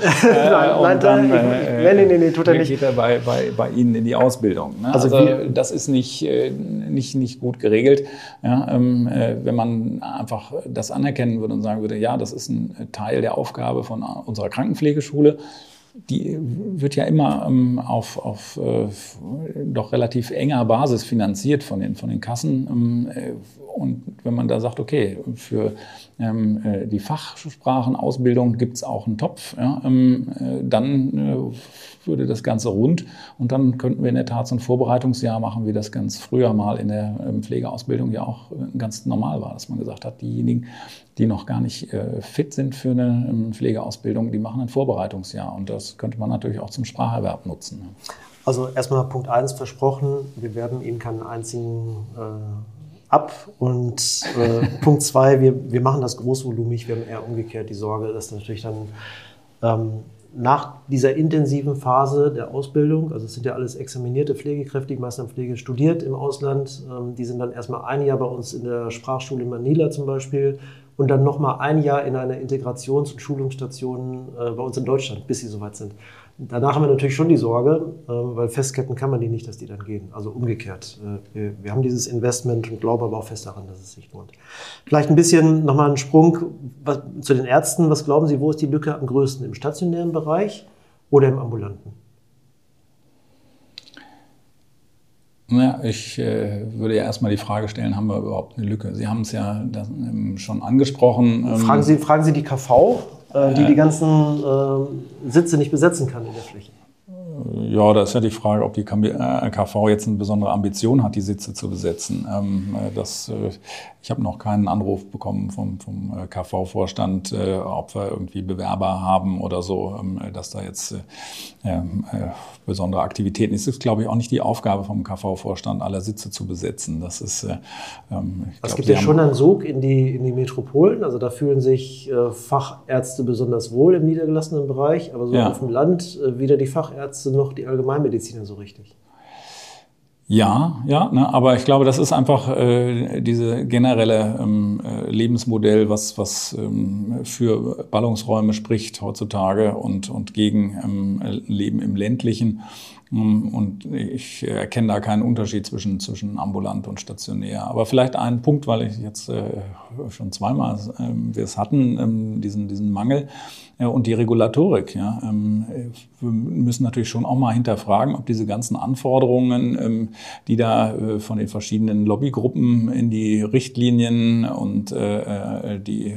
Nein, tut er nicht. Geht er bei Ihnen in die Ausbildung. Ne? Also das ist nicht gut geregelt. Ja, wenn man einfach das anerkennen würde und sagen würde, ja, das ist ein Teil der Aufgabe von unserer Krankenpflegeschule. Die wird ja immer auf doch relativ enger Basis finanziert von den Kassen. Und wenn man da sagt, okay, für die Fachsprachenausbildung gibt es auch einen Topf, ja, dann würde das Ganze rund und dann könnten wir in der Tat so ein Vorbereitungsjahr machen, wie das ganz früher mal in der Pflegeausbildung ja auch ganz normal war, dass man gesagt hat, diejenigen, die noch gar nicht fit sind für eine Pflegeausbildung, die machen ein Vorbereitungsjahr und das könnte man natürlich auch zum Spracherwerb nutzen. Also erstmal Punkt 1 versprochen, wir werden Ihnen keinen einzigen ab und Punkt 2, wir machen das großvolumig, wir haben eher umgekehrt die Sorge, dass natürlich dann nach dieser intensiven Phase der Ausbildung, also es sind ja alles examinierte Pflegekräfte, die meisten haben Pflege studiert im Ausland, die sind dann erstmal ein Jahr bei uns in der Sprachschule in Manila zum Beispiel und dann nochmal ein Jahr in einer Integrations- und Schulungsstation bei uns in Deutschland, bis sie soweit sind. Danach haben wir natürlich schon die Sorge, weil festketten kann man die nicht, dass die dann gehen. Also umgekehrt. Wir haben dieses Investment und glauben aber auch fest daran, dass es sich lohnt. Vielleicht ein bisschen nochmal einen Sprung zu den Ärzten. Was glauben Sie, wo ist die Lücke am größten? Im stationären Bereich oder im ambulanten? Ja, ich würde ja erstmal die Frage stellen, haben wir überhaupt eine Lücke? Sie haben es ja schon angesprochen. Fragen Sie die KV, die ganzen Sitze nicht besetzen kann in der Fläche. Ja, da ist ja die Frage, ob die KV jetzt eine besondere Ambition hat, die Sitze zu besetzen. Ich habe noch keinen Anruf bekommen vom KV-Vorstand, ob wir irgendwie Bewerber haben oder so, dass da jetzt besondere Aktivitäten. Es ist, glaube ich, auch nicht die Aufgabe vom KV-Vorstand, alle Sitze zu besetzen. Das ist, es gibt ja schon einen Sog in die Metropolen. Also da fühlen sich Fachärzte besonders wohl im niedergelassenen Bereich, aber so auf dem Land weder die Fachärzte noch die Allgemeinmediziner so richtig. Ja, ne, aber ich glaube, das ist einfach diese generelle Lebensmodell, was für Ballungsräume spricht heutzutage und gegen Leben im ländlichen. Und ich erkenne da keinen Unterschied zwischen ambulant und stationär. Aber vielleicht einen Punkt, weil ich jetzt schon zweimal wir es hatten, diesen Mangel und die Regulatorik. Ja. Wir müssen natürlich schon auch mal hinterfragen, ob diese ganzen Anforderungen, die da von den verschiedenen Lobbygruppen in die Richtlinien und die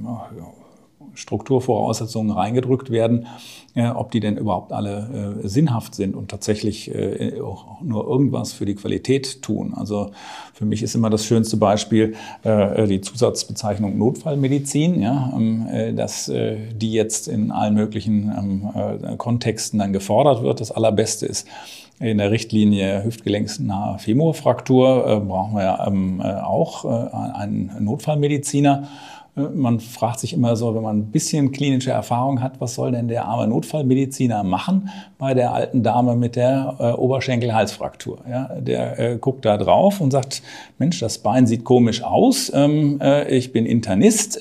Strukturvoraussetzungen reingedrückt werden, ob die denn überhaupt alle sinnhaft sind und tatsächlich nur irgendwas für die Qualität tun. Also für mich ist immer das schönste Beispiel die Zusatzbezeichnung Notfallmedizin, ja, dass die jetzt in allen möglichen Kontexten dann gefordert wird. Das Allerbeste ist, in der Richtlinie hüftgelenksnahe Femurfraktur brauchen wir ja auch einen Notfallmediziner. Man fragt sich immer so, wenn man ein bisschen klinische Erfahrung hat, was soll denn der arme Notfallmediziner machen bei der alten Dame mit der Oberschenkel-Halsfraktur? Ja, der guckt da drauf und sagt, Mensch, das Bein sieht komisch aus, ich bin Internist,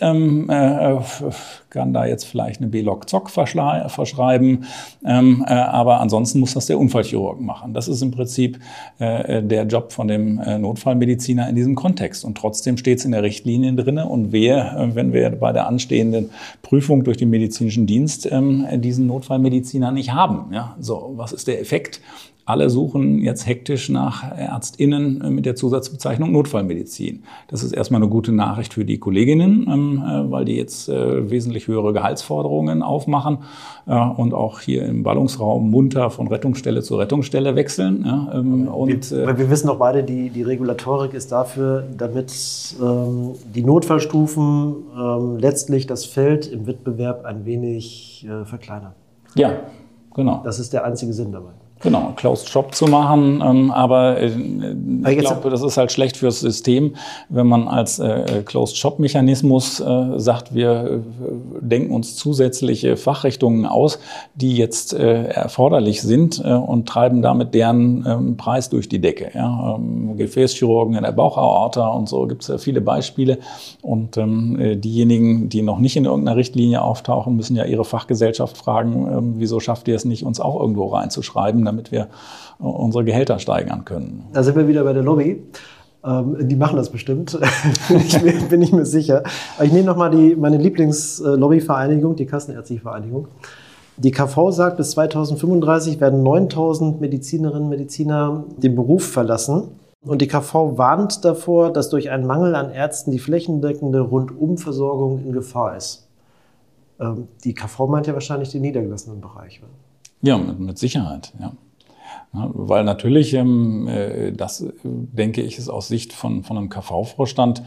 kann da jetzt vielleicht eine B-Log-Zock verschreiben, aber ansonsten muss das der Unfallchirurg machen. Das ist im Prinzip der Job von dem Notfallmediziner in diesem Kontext. Und trotzdem steht es in der Richtlinie drin und wenn wir bei der anstehenden Prüfung durch den medizinischen Dienst diesen Notfallmediziner nicht haben. Ja? So, was ist der Effekt? Alle suchen jetzt hektisch nach ÄrztInnen mit der Zusatzbezeichnung Notfallmedizin. Das ist erstmal eine gute Nachricht für die Kolleginnen, weil die jetzt wesentlich höhere Gehaltsforderungen aufmachen und auch hier im Ballungsraum munter von Rettungsstelle zu Rettungsstelle wechseln. Ja, weil wir wissen doch beide, die Regulatorik ist dafür, damit die Notfallstufen letztlich das Feld im Wettbewerb ein wenig verkleinern. Ja, genau. Das ist der einzige Sinn dabei. Genau, Closed Shop zu machen, aber ich glaube, das ist halt schlecht fürs System, wenn man als Closed Shop Mechanismus sagt, wir denken uns zusätzliche Fachrichtungen aus, die jetzt erforderlich sind und treiben damit deren Preis durch die Decke. Ja? Gefäßchirurgen in der Bauchaorta und so gibt es ja viele Beispiele und diejenigen, die noch nicht in irgendeiner Richtlinie auftauchen, müssen ja ihre Fachgesellschaft fragen, wieso schafft ihr es nicht, uns auch irgendwo reinzuschreiben, damit wir unsere Gehälter steigern können. Da sind wir wieder bei der Lobby. Die machen das bestimmt, bin ich mir sicher. Aber ich nehme nochmal meine Lieblingslobbyvereinigung, die Kassenärztliche Vereinigung. Die KV sagt, bis 2035 werden 9.000 Medizinerinnen und Mediziner den Beruf verlassen. Und die KV warnt davor, dass durch einen Mangel an Ärzten die flächendeckende Rundumversorgung in Gefahr ist. Die KV meint ja wahrscheinlich den niedergelassenen Bereich. Oder? Ja, mit Sicherheit, ja. Ja, weil natürlich, das denke ich, ist aus Sicht von einem KV-Vorstand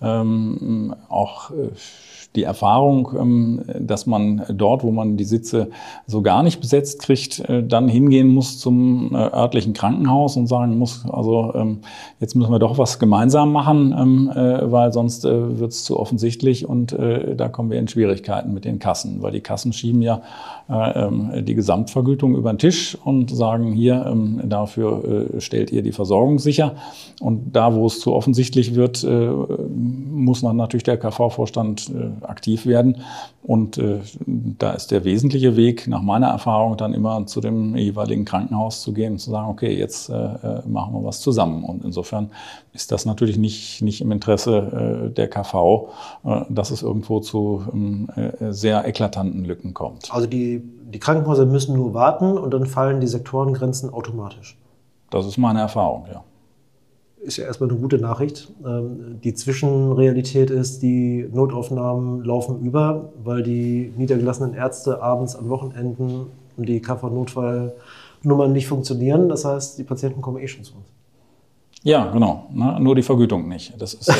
auch die Erfahrung, dass man dort, wo man die Sitze so gar nicht besetzt kriegt, dann hingehen muss zum örtlichen Krankenhaus und sagen muss, also jetzt müssen wir doch was gemeinsam machen, weil sonst wird es zu offensichtlich und da kommen wir in Schwierigkeiten mit den Kassen, weil die Kassen schieben ja die Gesamtvergütung über den Tisch und sagen, hier, dafür stellt ihr die Versorgung sicher. Und da, wo es zu offensichtlich wird, muss dann natürlich der KV-Vorstand aktiv werden. Und da ist der wesentliche Weg, nach meiner Erfahrung, dann immer zu dem jeweiligen Krankenhaus zu gehen und zu sagen, okay, jetzt machen wir was zusammen. Und insofern ist das natürlich nicht im Interesse der KV, dass es irgendwo zu sehr eklatanten Lücken kommt. Also die Krankenhäuser müssen nur warten und dann fallen die Sektorengrenzen automatisch. Das ist meine Erfahrung, ja. Ist ja erstmal eine gute Nachricht. Die Zwischenrealität ist, die Notaufnahmen laufen über, weil die niedergelassenen Ärzte abends an Wochenenden und die KV-Notfall Nummern nicht funktionieren. Das heißt, die Patienten kommen schon zu uns. Ja, genau. Nur die Vergütung nicht. Das ist,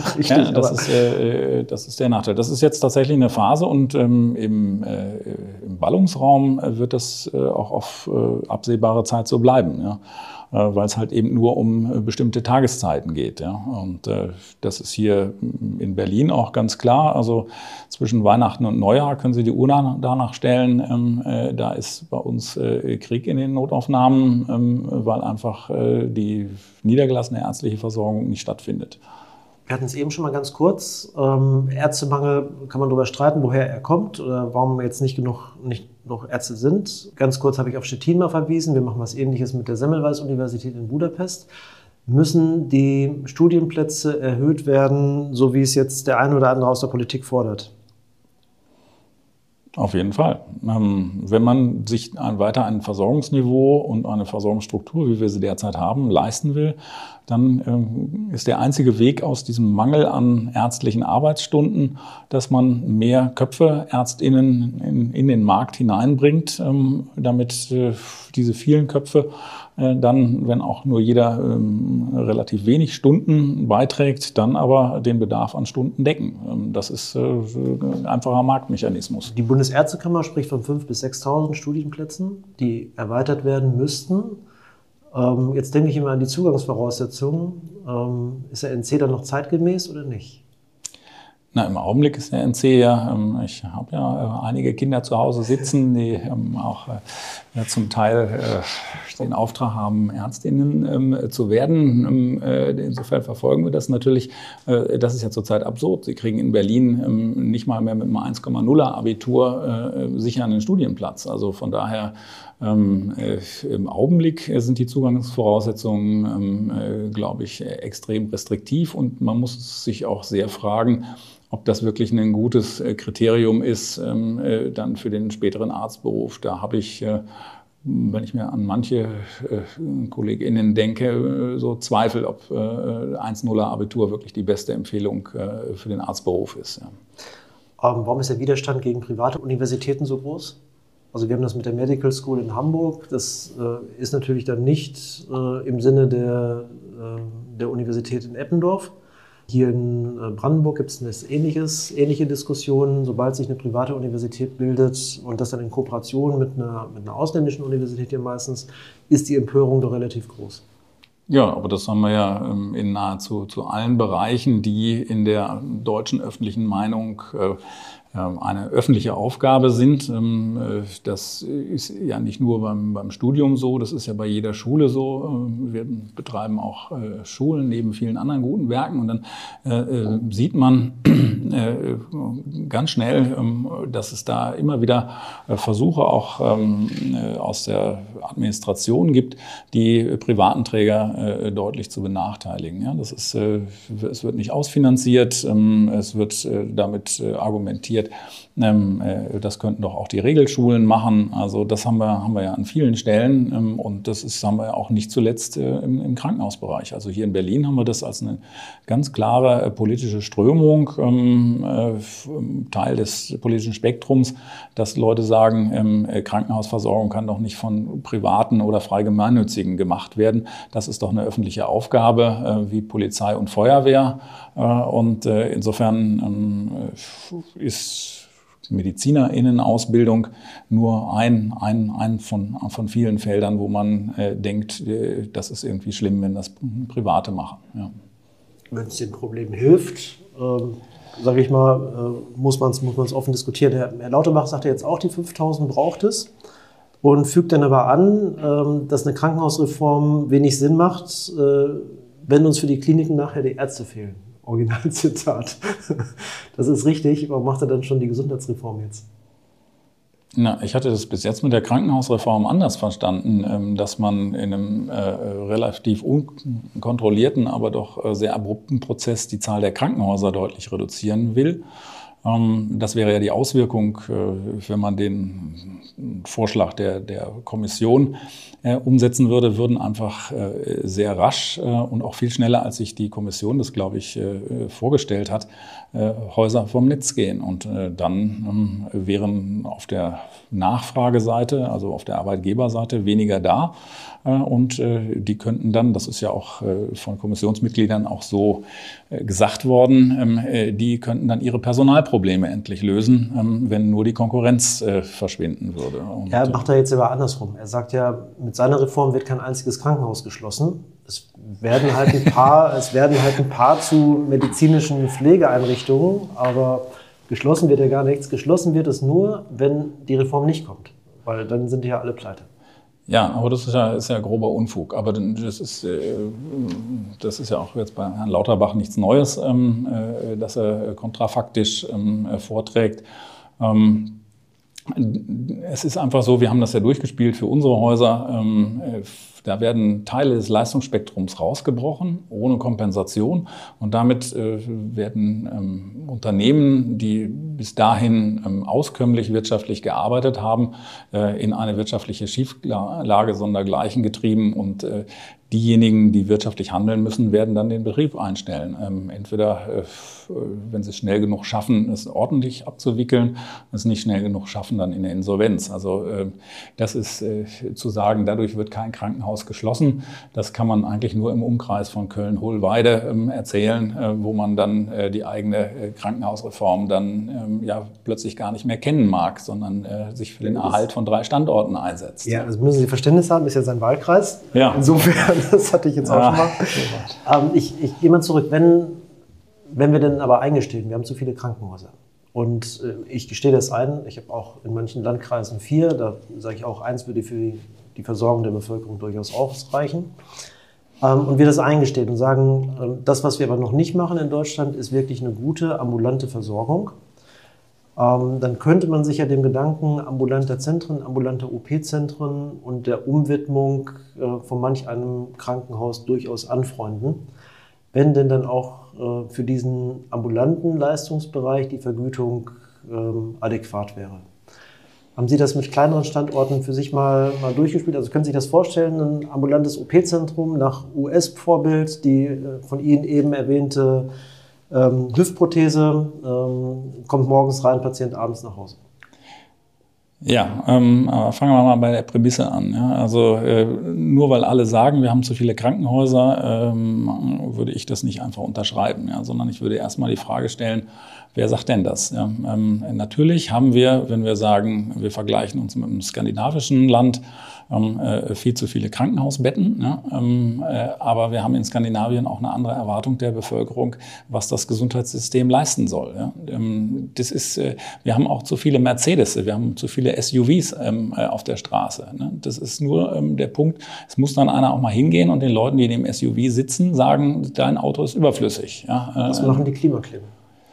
das ist der Nachteil. Das ist jetzt tatsächlich eine Phase und im Ballungsraum wird das auch auf absehbare Zeit so bleiben. Ja. Weil es halt eben nur um bestimmte Tageszeiten geht. Ja. Und das ist hier in Berlin auch ganz klar. Also zwischen Weihnachten und Neujahr können Sie die Uhr danach stellen. Da ist bei uns Krieg in den Notaufnahmen, weil einfach die niedergelassene ärztliche Versorgung nicht stattfindet. Wir hatten es eben schon mal ganz kurz. Ärztemangel, kann man darüber streiten, woher er kommt oder warum jetzt nicht genug Ärzte sind. Ganz kurz habe ich auf Stettin mal verwiesen. Wir machen was Ähnliches mit der Semmelweis-Universität in Budapest. Müssen die Studienplätze erhöht werden, so wie es jetzt der eine oder andere aus der Politik fordert? Auf jeden Fall. Wenn man sich weiter ein Versorgungsniveau und eine Versorgungsstruktur, wie wir sie derzeit haben, leisten will, dann ist der einzige Weg aus diesem Mangel an ärztlichen Arbeitsstunden, dass man mehr Köpfe, ÄrztInnen in den Markt hineinbringt, damit diese vielen Köpfe dann, wenn auch nur jeder relativ wenig Stunden beiträgt, dann aber den Bedarf an Stunden decken. Das ist ein einfacher Marktmechanismus. Die Bundesärztekammer spricht von 5.000 bis 6.000 Studienplätzen, die erweitert werden müssten. Jetzt denke ich immer an die Zugangsvoraussetzungen. Ist der NC dann noch zeitgemäß oder nicht? Na, im Augenblick ist der NC ja, ich habe ja einige Kinder zu Hause sitzen, die auch zum Teil den Auftrag haben, Ärztinnen zu werden. Insofern verfolgen wir das natürlich. Das ist ja zurzeit absurd. Sie kriegen in Berlin nicht mal mehr mit einem 1,0er Abitur sicher einen Studienplatz. Also von daher im Augenblick sind die Zugangsvoraussetzungen, glaube ich, extrem restriktiv und man muss sich auch sehr fragen, ob das wirklich ein gutes Kriterium ist dann für den späteren Arztberuf. Da habe ich, wenn ich mir an manche KollegInnen denke, so Zweifel, ob 1,0er Abitur wirklich die beste Empfehlung für den Arztberuf ist. Ja. Warum ist der Widerstand gegen private Universitäten so groß? Also wir haben das mit der Medical School in Hamburg. Das ist natürlich dann nicht im Sinne der Universität in Eppendorf. Hier in Brandenburg gibt es ähnliche Diskussionen. Sobald sich eine private Universität bildet und das dann in Kooperation mit einer ausländischen Universität hier meistens, ist die Empörung doch relativ groß. Ja, aber das haben wir ja in nahezu zu allen Bereichen, die in der deutschen öffentlichen Meinung eine öffentliche Aufgabe sind. Das ist ja nicht nur beim Studium so, das ist ja bei jeder Schule so. Wir betreiben auch Schulen neben vielen anderen guten Werken und dann sieht man ganz schnell, dass es da immer wieder Versuche auch aus der Administration gibt, die privaten Träger deutlich zu benachteiligen. Ja, das ist, es wird nicht ausfinanziert, es wird damit argumentiert, das könnten doch auch die Regelschulen machen. Also das haben wir ja an vielen Stellen und das haben wir ja auch nicht zuletzt im Krankenhausbereich. Also hier in Berlin haben wir das als eine ganz klare politische Strömung, Teil des politischen Spektrums, dass Leute sagen, Krankenhausversorgung kann doch nicht von Privaten oder frei Gemeinnützigen gemacht werden. Das ist doch eine öffentliche Aufgabe wie Polizei und Feuerwehr. Und insofern ist MedizinerInnen-Ausbildung nur ein von vielen Feldern, wo man denkt, das ist irgendwie schlimm, wenn das Private machen. Ja. Wenn es dem Problem hilft, sage ich mal, muss man es offen diskutieren. Herr Lauterbach sagte jetzt auch, die 5.000 braucht es und fügt dann aber an, dass eine Krankenhausreform wenig Sinn macht, wenn uns für die Kliniken nachher die Ärzte fehlen. Originalzitat. Das ist richtig. Warum macht er dann schon die Gesundheitsreform jetzt? Na, ich hatte das bis jetzt mit der Krankenhausreform anders verstanden, dass man in einem relativ unkontrollierten, aber doch sehr abrupten Prozess die Zahl der Krankenhäuser deutlich reduzieren will. Das wäre ja die Auswirkung, wenn man den Vorschlag der Kommission umsetzen würde, würden einfach sehr rasch und auch viel schneller, als sich die Kommission das, glaube ich, vorgestellt hat, Häuser vom Netz gehen. Und dann wären auf der Nachfrageseite, also auf der Arbeitgeberseite, weniger da. Und die könnten dann, das ist ja auch von Kommissionsmitgliedern auch so gesagt worden, die könnten dann ihre Personalprobleme endlich lösen, wenn nur die Konkurrenz verschwinden würde. Und er macht da jetzt aber andersrum. Er sagt ja, mit seiner Reform wird kein einziges Krankenhaus geschlossen. Es werden halt ein paar zu medizinischen Pflegeeinrichtungen, aber geschlossen wird ja gar nichts. Geschlossen wird es nur, wenn die Reform nicht kommt, weil dann sind die ja alle pleite. Ja, aber das ist ja grober Unfug. Aber das ist ja auch jetzt bei Herrn Lauterbach nichts Neues, dass er kontrafaktisch vorträgt. Es ist einfach so, wir haben das ja durchgespielt für unsere Häuser. Da werden Teile des Leistungsspektrums rausgebrochen, ohne Kompensation. Und damit werden Unternehmen, die bis dahin auskömmlich wirtschaftlich gearbeitet haben, in eine wirtschaftliche Schieflage sondergleichen getrieben. Und diejenigen, die wirtschaftlich handeln müssen, werden dann den Betrieb einstellen. Entweder, wenn sie es schnell genug schaffen, es ordentlich abzuwickeln, es nicht schnell genug schaffen, dann in der Insolvenz. Also das ist zu sagen, dadurch wird kein Krankenhaus geschlossen. Das kann man eigentlich nur im Umkreis von Köln-Hohlweide erzählen, wo man dann die eigene Krankenhausreform dann ja plötzlich gar nicht mehr kennen mag, sondern sich für den Erhalt von 3 Standorten einsetzt. Ja, das müssen Sie Verständnis haben, ist ja sein Wahlkreis. Ja. Insofern, das hatte ich jetzt auch schon mal. Ich gehe mal zurück, wenn wir denn aber eingestehen, wir haben zu viele Krankenhäuser. Und ich gestehe das ein, ich habe auch in manchen Landkreisen 4, da sage ich auch, 1 würde für die Versorgung der Bevölkerung durchaus ausreichen. Und wir das eingestehen und sagen, das, was wir aber noch nicht machen in Deutschland, ist wirklich eine gute ambulante Versorgung. Dann könnte man sich ja dem Gedanken ambulanter Zentren, ambulanter OP-Zentren und der Umwidmung von manch einem Krankenhaus durchaus anfreunden, wenn denn dann auch für diesen ambulanten Leistungsbereich die Vergütung adäquat wäre. Haben Sie das mit kleineren Standorten für sich mal durchgespielt? Also können Sie sich das vorstellen, ein ambulantes OP-Zentrum nach US-Vorbild, die von Ihnen eben erwähnte Hüftprothese, kommt morgens rein, Patient abends nach Hause. Ja, fangen wir mal bei der Prämisse an. Ja. Also nur weil alle sagen, wir haben zu viele Krankenhäuser, würde ich das nicht einfach unterschreiben, ja, sondern ich würde erstmal die Frage stellen, wer sagt denn das? Ja, natürlich haben wir, wenn wir sagen, wir vergleichen uns mit einem skandinavischen Land, viel zu viele Krankenhausbetten. Ja, aber wir haben in Skandinavien auch eine andere Erwartung der Bevölkerung, was das Gesundheitssystem leisten soll. Ja. Wir haben auch zu viele Mercedes, wir haben zu viele SUVs auf der Straße. Ne. Das ist nur der Punkt, es muss dann einer auch mal hingehen und den Leuten, die in dem SUV sitzen, sagen, dein Auto ist überflüssig. Ja. Was machen die Klimakleber?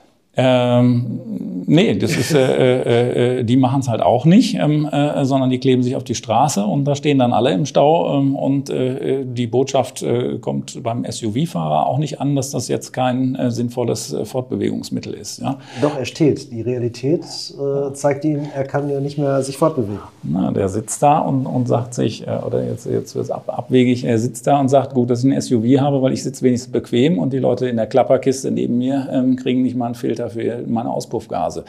Nee, das ist, die machen es halt auch nicht, sondern die kleben sich auf die Straße und da stehen dann alle im Stau und die Botschaft kommt beim SUV-Fahrer auch nicht an, dass das jetzt kein sinnvolles Fortbewegungsmittel ist. Ja? Doch, er steht. Die Realität zeigt ihm, er kann ja nicht mehr sich fortbewegen. Na, der sitzt da und sagt sich, oder jetzt wird es abwegig, er sitzt da und sagt, gut, dass ich ein SUV habe, weil ich sitze wenigstens bequem und die Leute in der Klapperkiste neben mir kriegen nicht mal einen Filter für meine Auspuffgase.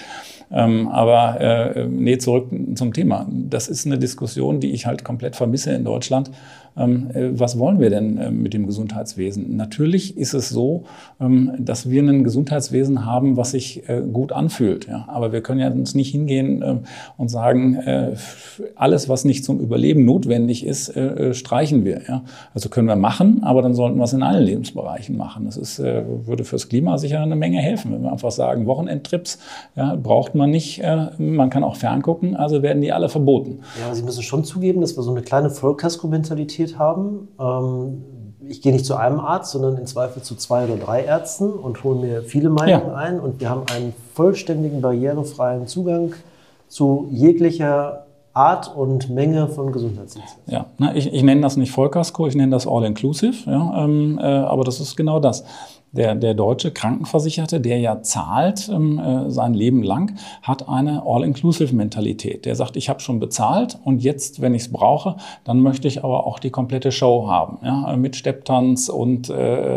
Nee, zurück zum Thema. Das ist eine Diskussion, die ich halt komplett vermisse in Deutschland. Was wollen wir denn mit dem Gesundheitswesen? Natürlich ist es so, dass wir ein Gesundheitswesen haben, was sich gut anfühlt. Ja? Aber wir können ja uns nicht hingehen und sagen, alles, was nicht zum Überleben notwendig ist, streichen wir. Ja? Also können wir machen, aber dann sollten wir es in allen Lebensbereichen machen. Das würde fürs Klima sicher eine Menge helfen, wenn wir einfach sagen, Wochenendtrips braucht man nicht. Man kann auch ferngucken, also werden die alle verboten. Ja, Sie müssen schon zugeben, dass wir so eine kleine Vollkasko-Mentalität haben. Ich gehe nicht zu einem Arzt, sondern im Zweifel zu 2 oder 3 Ärzten und hole mir viele Meinungen ein. Und wir haben einen vollständigen, barrierefreien Zugang zu jeglicher Art und Menge von Gesundheitsdiensten. Ja, ich nenne das nicht Vollkasko, ich nenne das All-Inclusive. Ja, aber das ist genau das. Der deutsche Krankenversicherte, der ja zahlt sein Leben lang, hat eine All-Inclusive-Mentalität. Der sagt, ich habe schon bezahlt und jetzt, wenn ich es brauche, dann möchte ich aber auch die komplette Show haben. Ja? Mit Stepptanz und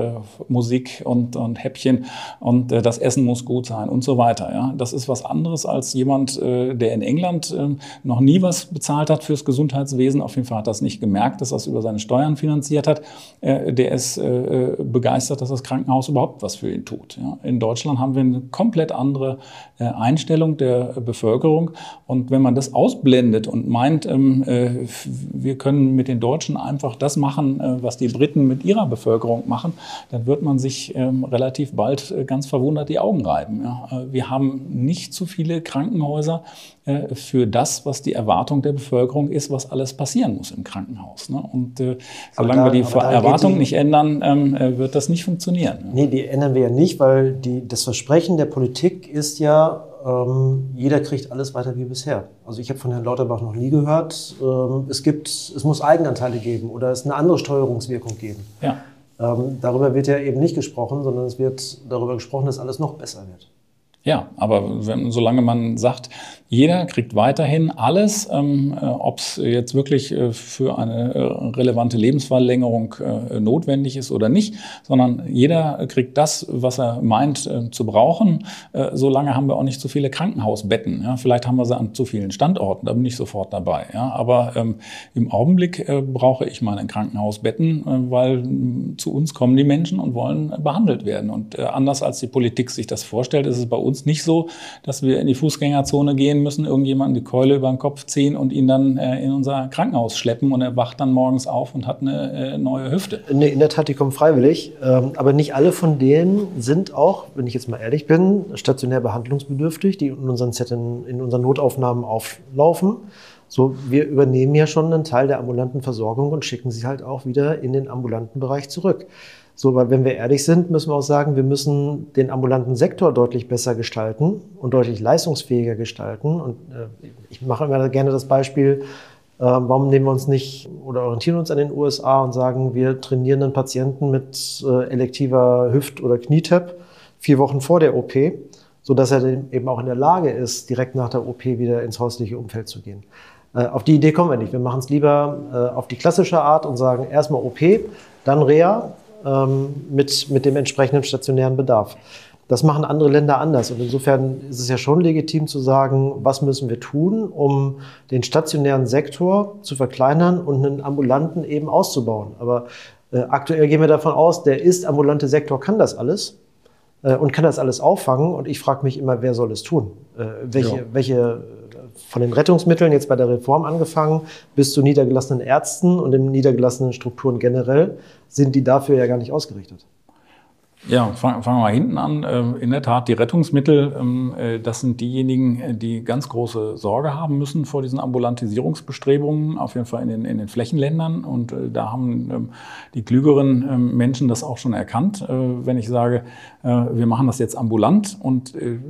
Musik und Häppchen und das Essen muss gut sein und so weiter. Ja? Das ist was anderes als jemand, der in England noch nie was bezahlt hat fürs Gesundheitswesen. Auf jeden Fall hat das nicht gemerkt, dass er es über seine Steuern finanziert hat. Der ist begeistert, dass das Krankenhaus überhaupt was für ihn tut. Ja. In Deutschland haben wir eine komplett andere Einstellung der Bevölkerung. Und wenn man das ausblendet und meint, wir können mit den Deutschen einfach das machen, was die Briten mit ihrer Bevölkerung machen, dann wird man sich relativ bald ganz verwundert die Augen reiben. Ja. Wir haben nicht zu viele Krankenhäuser für das, was die Erwartung der Bevölkerung ist, was alles passieren muss im Krankenhaus. Ne? Und solange wir die Erwartungen nicht ändern, wird das nicht funktionieren. Nee, die ändern wir ja nicht, weil das Versprechen der Politik ist ja, jeder kriegt alles weiter wie bisher. Also ich habe von Herrn Lauterbach noch nie gehört, es muss Eigenanteile geben oder es eine andere Steuerungswirkung geben. Ja. Darüber wird ja eben nicht gesprochen, sondern es wird darüber gesprochen, dass alles noch besser wird. Ja, aber solange man sagt, jeder kriegt weiterhin alles, ob es jetzt wirklich für eine relevante Lebensverlängerung notwendig ist oder nicht, sondern jeder kriegt das, was er meint zu brauchen. Solange haben wir auch nicht zu viele Krankenhausbetten. Ja, vielleicht haben wir sie an zu vielen Standorten, da bin ich sofort dabei. Ja, aber im Augenblick brauche ich meine Krankenhausbetten, weil zu uns kommen die Menschen und wollen behandelt werden. Und anders als die Politik sich das vorstellt, ist es bei uns nicht so, dass wir in die Fußgängerzone gehen müssen, irgendjemanden die Keule über den Kopf ziehen und ihn dann in unser Krankenhaus schleppen und er wacht dann morgens auf und hat eine neue Hüfte. Nee, in der Tat, die kommen freiwillig, aber nicht alle von denen sind auch, wenn ich jetzt mal ehrlich bin, stationär behandlungsbedürftig, die in unseren Notaufnahmen auflaufen. So, wir übernehmen ja schon einen Teil der ambulanten Versorgung und schicken sie halt auch wieder in den ambulanten Bereich zurück. So, weil wenn wir ehrlich sind, müssen wir auch sagen, wir müssen den ambulanten Sektor deutlich besser gestalten und deutlich leistungsfähiger gestalten. Und ich mache immer gerne das Beispiel, warum nehmen wir uns nicht oder orientieren uns an den USA und sagen, wir trainieren einen Patienten mit elektiver Hüft- oder Knietap 4 Wochen vor der OP, sodass er eben auch in der Lage ist, direkt nach der OP wieder ins häusliche Umfeld zu gehen. Auf die Idee kommen wir nicht. Wir machen es lieber auf die klassische Art und sagen, erstmal OP, dann Reha, mit dem entsprechenden stationären Bedarf. Das machen andere Länder anders. Und insofern ist es ja schon legitim zu sagen, was müssen wir tun, um den stationären Sektor zu verkleinern und einen ambulanten eben auszubauen. Aber aktuell gehen wir davon aus, der ambulante Sektor kann das alles und kann das alles auffangen. Und ich frage mich immer, wer soll es tun? Welche von den Rettungsmitteln, jetzt bei der Reform angefangen, bis zu niedergelassenen Ärzten und den niedergelassenen Strukturen generell, sind die dafür ja gar nicht ausgerichtet. Ja, fangen wir mal hinten an. In der Tat, die Rettungsmittel, das sind diejenigen, die ganz große Sorge haben müssen vor diesen Ambulantisierungsbestrebungen, auf jeden Fall in den Flächenländern. Und da haben die klügeren Menschen das auch schon erkannt. Wenn ich sage, wir machen das jetzt ambulant, und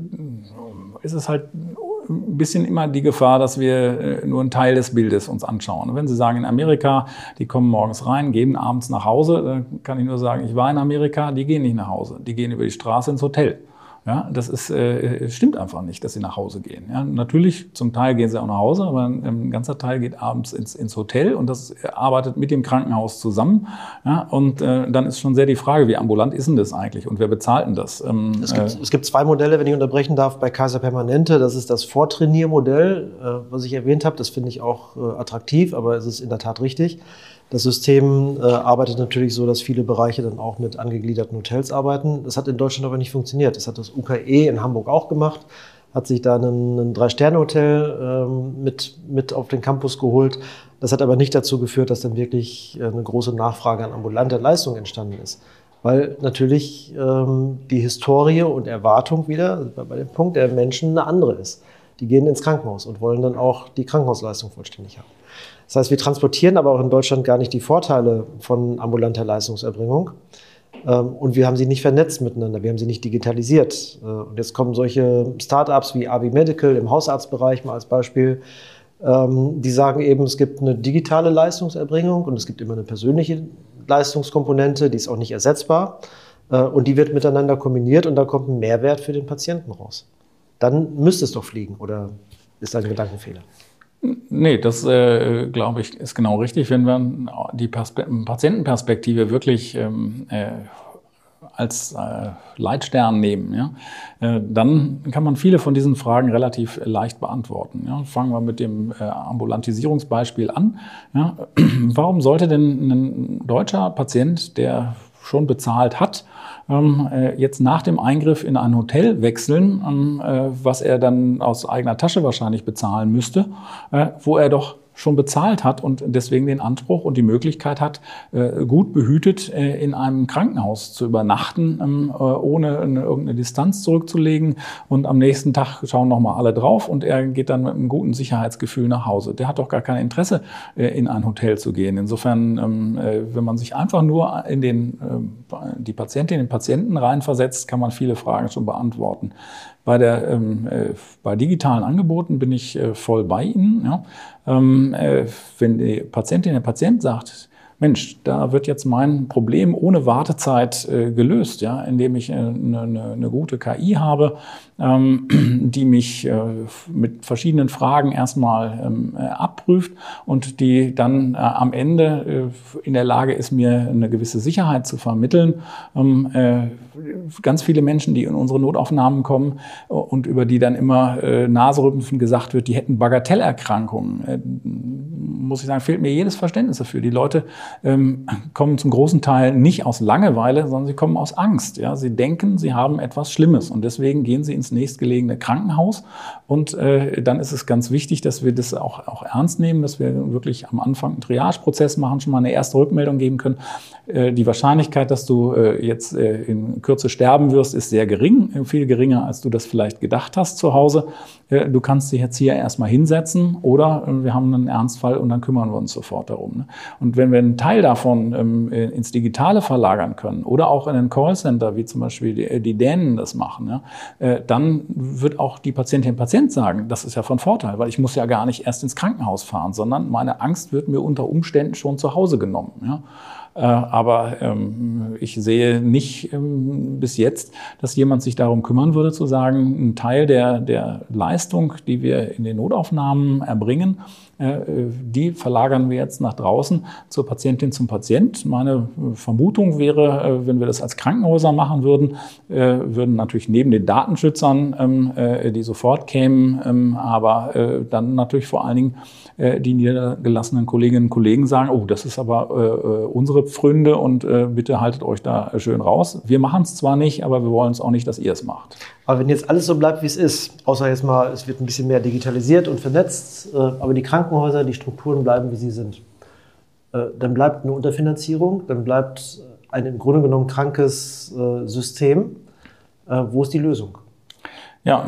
ist es halt ein bisschen immer die Gefahr, dass wir nur einen Teil des Bildes uns anschauen. Und wenn Sie sagen, in Amerika, die kommen morgens rein, gehen abends nach Hause, dann kann ich nur sagen, ich war in Amerika, die gehen nicht nach Hause. Die gehen über die Straße ins Hotel. Ja, das stimmt einfach nicht, dass sie nach Hause gehen. Ja, natürlich, zum Teil gehen sie auch nach Hause, aber ein ganzer Teil geht abends ins Hotel und das arbeitet mit dem Krankenhaus zusammen. Ja, und dann ist schon sehr die Frage, wie ambulant ist denn das eigentlich und wer bezahlt denn das? Es gibt 2 Modelle, wenn ich unterbrechen darf, bei Kaiser Permanente. Das ist das Vortrainiermodell, was ich erwähnt habe. Das finde ich auch attraktiv, aber es ist in der Tat richtig. Das System arbeitet natürlich so, dass viele Bereiche dann auch mit angegliederten Hotels arbeiten. Das hat in Deutschland aber nicht funktioniert. Das hat das UKE in Hamburg auch gemacht, hat sich da ein 3-Sterne-Hotel mit auf den Campus geholt. Das hat aber nicht dazu geführt, dass dann wirklich eine große Nachfrage an ambulanter Leistung entstanden ist. Weil natürlich die Historie und Erwartung wieder bei dem Punkt der Menschen eine andere ist. Die gehen ins Krankenhaus und wollen dann auch die Krankenhausleistung vollständig haben. Das heißt, wir transportieren aber auch in Deutschland gar nicht die Vorteile von ambulanter Leistungserbringung. Und wir haben sie nicht vernetzt miteinander, wir haben sie nicht digitalisiert. Und jetzt kommen solche Start-ups wie Abi Medical im Hausarztbereich mal als Beispiel, die sagen eben, es gibt eine digitale Leistungserbringung und es gibt immer eine persönliche Leistungskomponente, die ist auch nicht ersetzbar. und die wird miteinander kombiniert und da kommt ein Mehrwert für den Patienten raus. Dann müsste es doch fliegen, oder ist das ein Gedankenfehler? Nee, das glaube ich ist genau richtig. Wenn wir die Patientenperspektive wirklich als Leitstern nehmen, ja, dann kann man viele von diesen Fragen relativ leicht beantworten. Ja. Fangen wir mit dem Ambulantisierungsbeispiel an. Ja. Warum sollte denn ein deutscher Patient, der schon bezahlt hat, jetzt nach dem Eingriff in ein Hotel wechseln, was er dann aus eigener Tasche wahrscheinlich bezahlen müsste, wo er doch schon bezahlt hat und deswegen den Anspruch und die Möglichkeit hat, gut behütet in einem Krankenhaus zu übernachten, ohne irgendeine Distanz zurückzulegen. Und am nächsten Tag schauen nochmal alle drauf und er geht dann mit einem guten Sicherheitsgefühl nach Hause. Der hat doch gar kein Interesse, in ein Hotel zu gehen. Insofern, wenn man sich einfach nur in die Patientin, den Patienten reinversetzt, kann man viele Fragen schon beantworten. Bei digitalen Angeboten bin ich voll bei Ihnen. Ja. Wenn die Patientin, der Patient sagt, Mensch, da wird jetzt mein Problem ohne Wartezeit gelöst, ja, indem ich eine gute KI habe, die mich mit verschiedenen Fragen erstmal abprüft und die dann am Ende in der Lage ist, mir eine gewisse Sicherheit zu vermitteln. Ganz viele Menschen, die in unsere Notaufnahmen kommen und über die dann immer naserümpfend gesagt wird, die hätten Bagatellerkrankungen, muss ich sagen, fehlt mir jedes Verständnis dafür. Die Leute kommen zum großen Teil nicht aus Langeweile, sondern sie kommen aus Angst. Ja? Sie denken, sie haben etwas Schlimmes und deswegen gehen sie ins nächstgelegene Krankenhaus. Und dann ist es ganz wichtig, dass wir das auch ernst nehmen, dass wir wirklich am Anfang einen Triageprozess machen, schon mal eine erste Rückmeldung geben können. Die Wahrscheinlichkeit, dass du jetzt in Kürze sterben wirst, ist sehr gering, viel geringer, als du das vielleicht gedacht hast zu Hause. Du kannst dich jetzt hier erstmal hinsetzen oder wir haben einen Ernstfall und dann kümmern wir uns sofort darum. Ne? Und wenn wir einen Teil davon ins Digitale verlagern können oder auch in ein Callcenter, wie zum Beispiel die Dänen das machen, ja, dann wird auch die Patientin, Patient sagen, das ist ja von Vorteil, weil ich muss ja gar nicht erst ins Krankenhaus fahren, sondern meine Angst wird mir unter Umständen schon zu Hause genommen. Ja. Aber ich sehe nicht bis jetzt, dass jemand sich darum kümmern würde, zu sagen, ein Teil der Leistung, die wir in den Notaufnahmen erbringen, die verlagern wir jetzt nach draußen zur Patientin, zum Patient. Meine Vermutung wäre, wenn wir das als Krankenhäuser machen würden, würden natürlich neben den Datenschützern, die sofort kämen, aber dann natürlich vor allen Dingen die niedergelassenen Kolleginnen und Kollegen sagen, oh, das ist aber unsere Pfründe und bitte haltet euch da schön raus. Wir machen es zwar nicht, aber wir wollen es auch nicht, dass ihr es macht. Aber wenn jetzt alles so bleibt, wie es ist, außer jetzt mal, es wird ein bisschen mehr digitalisiert und vernetzt, aber die Krankenhäuser, die Strukturen bleiben, wie sie sind, dann bleibt eine Unterfinanzierung, dann bleibt ein im Grunde genommen krankes System. Wo ist die Lösung? Ja,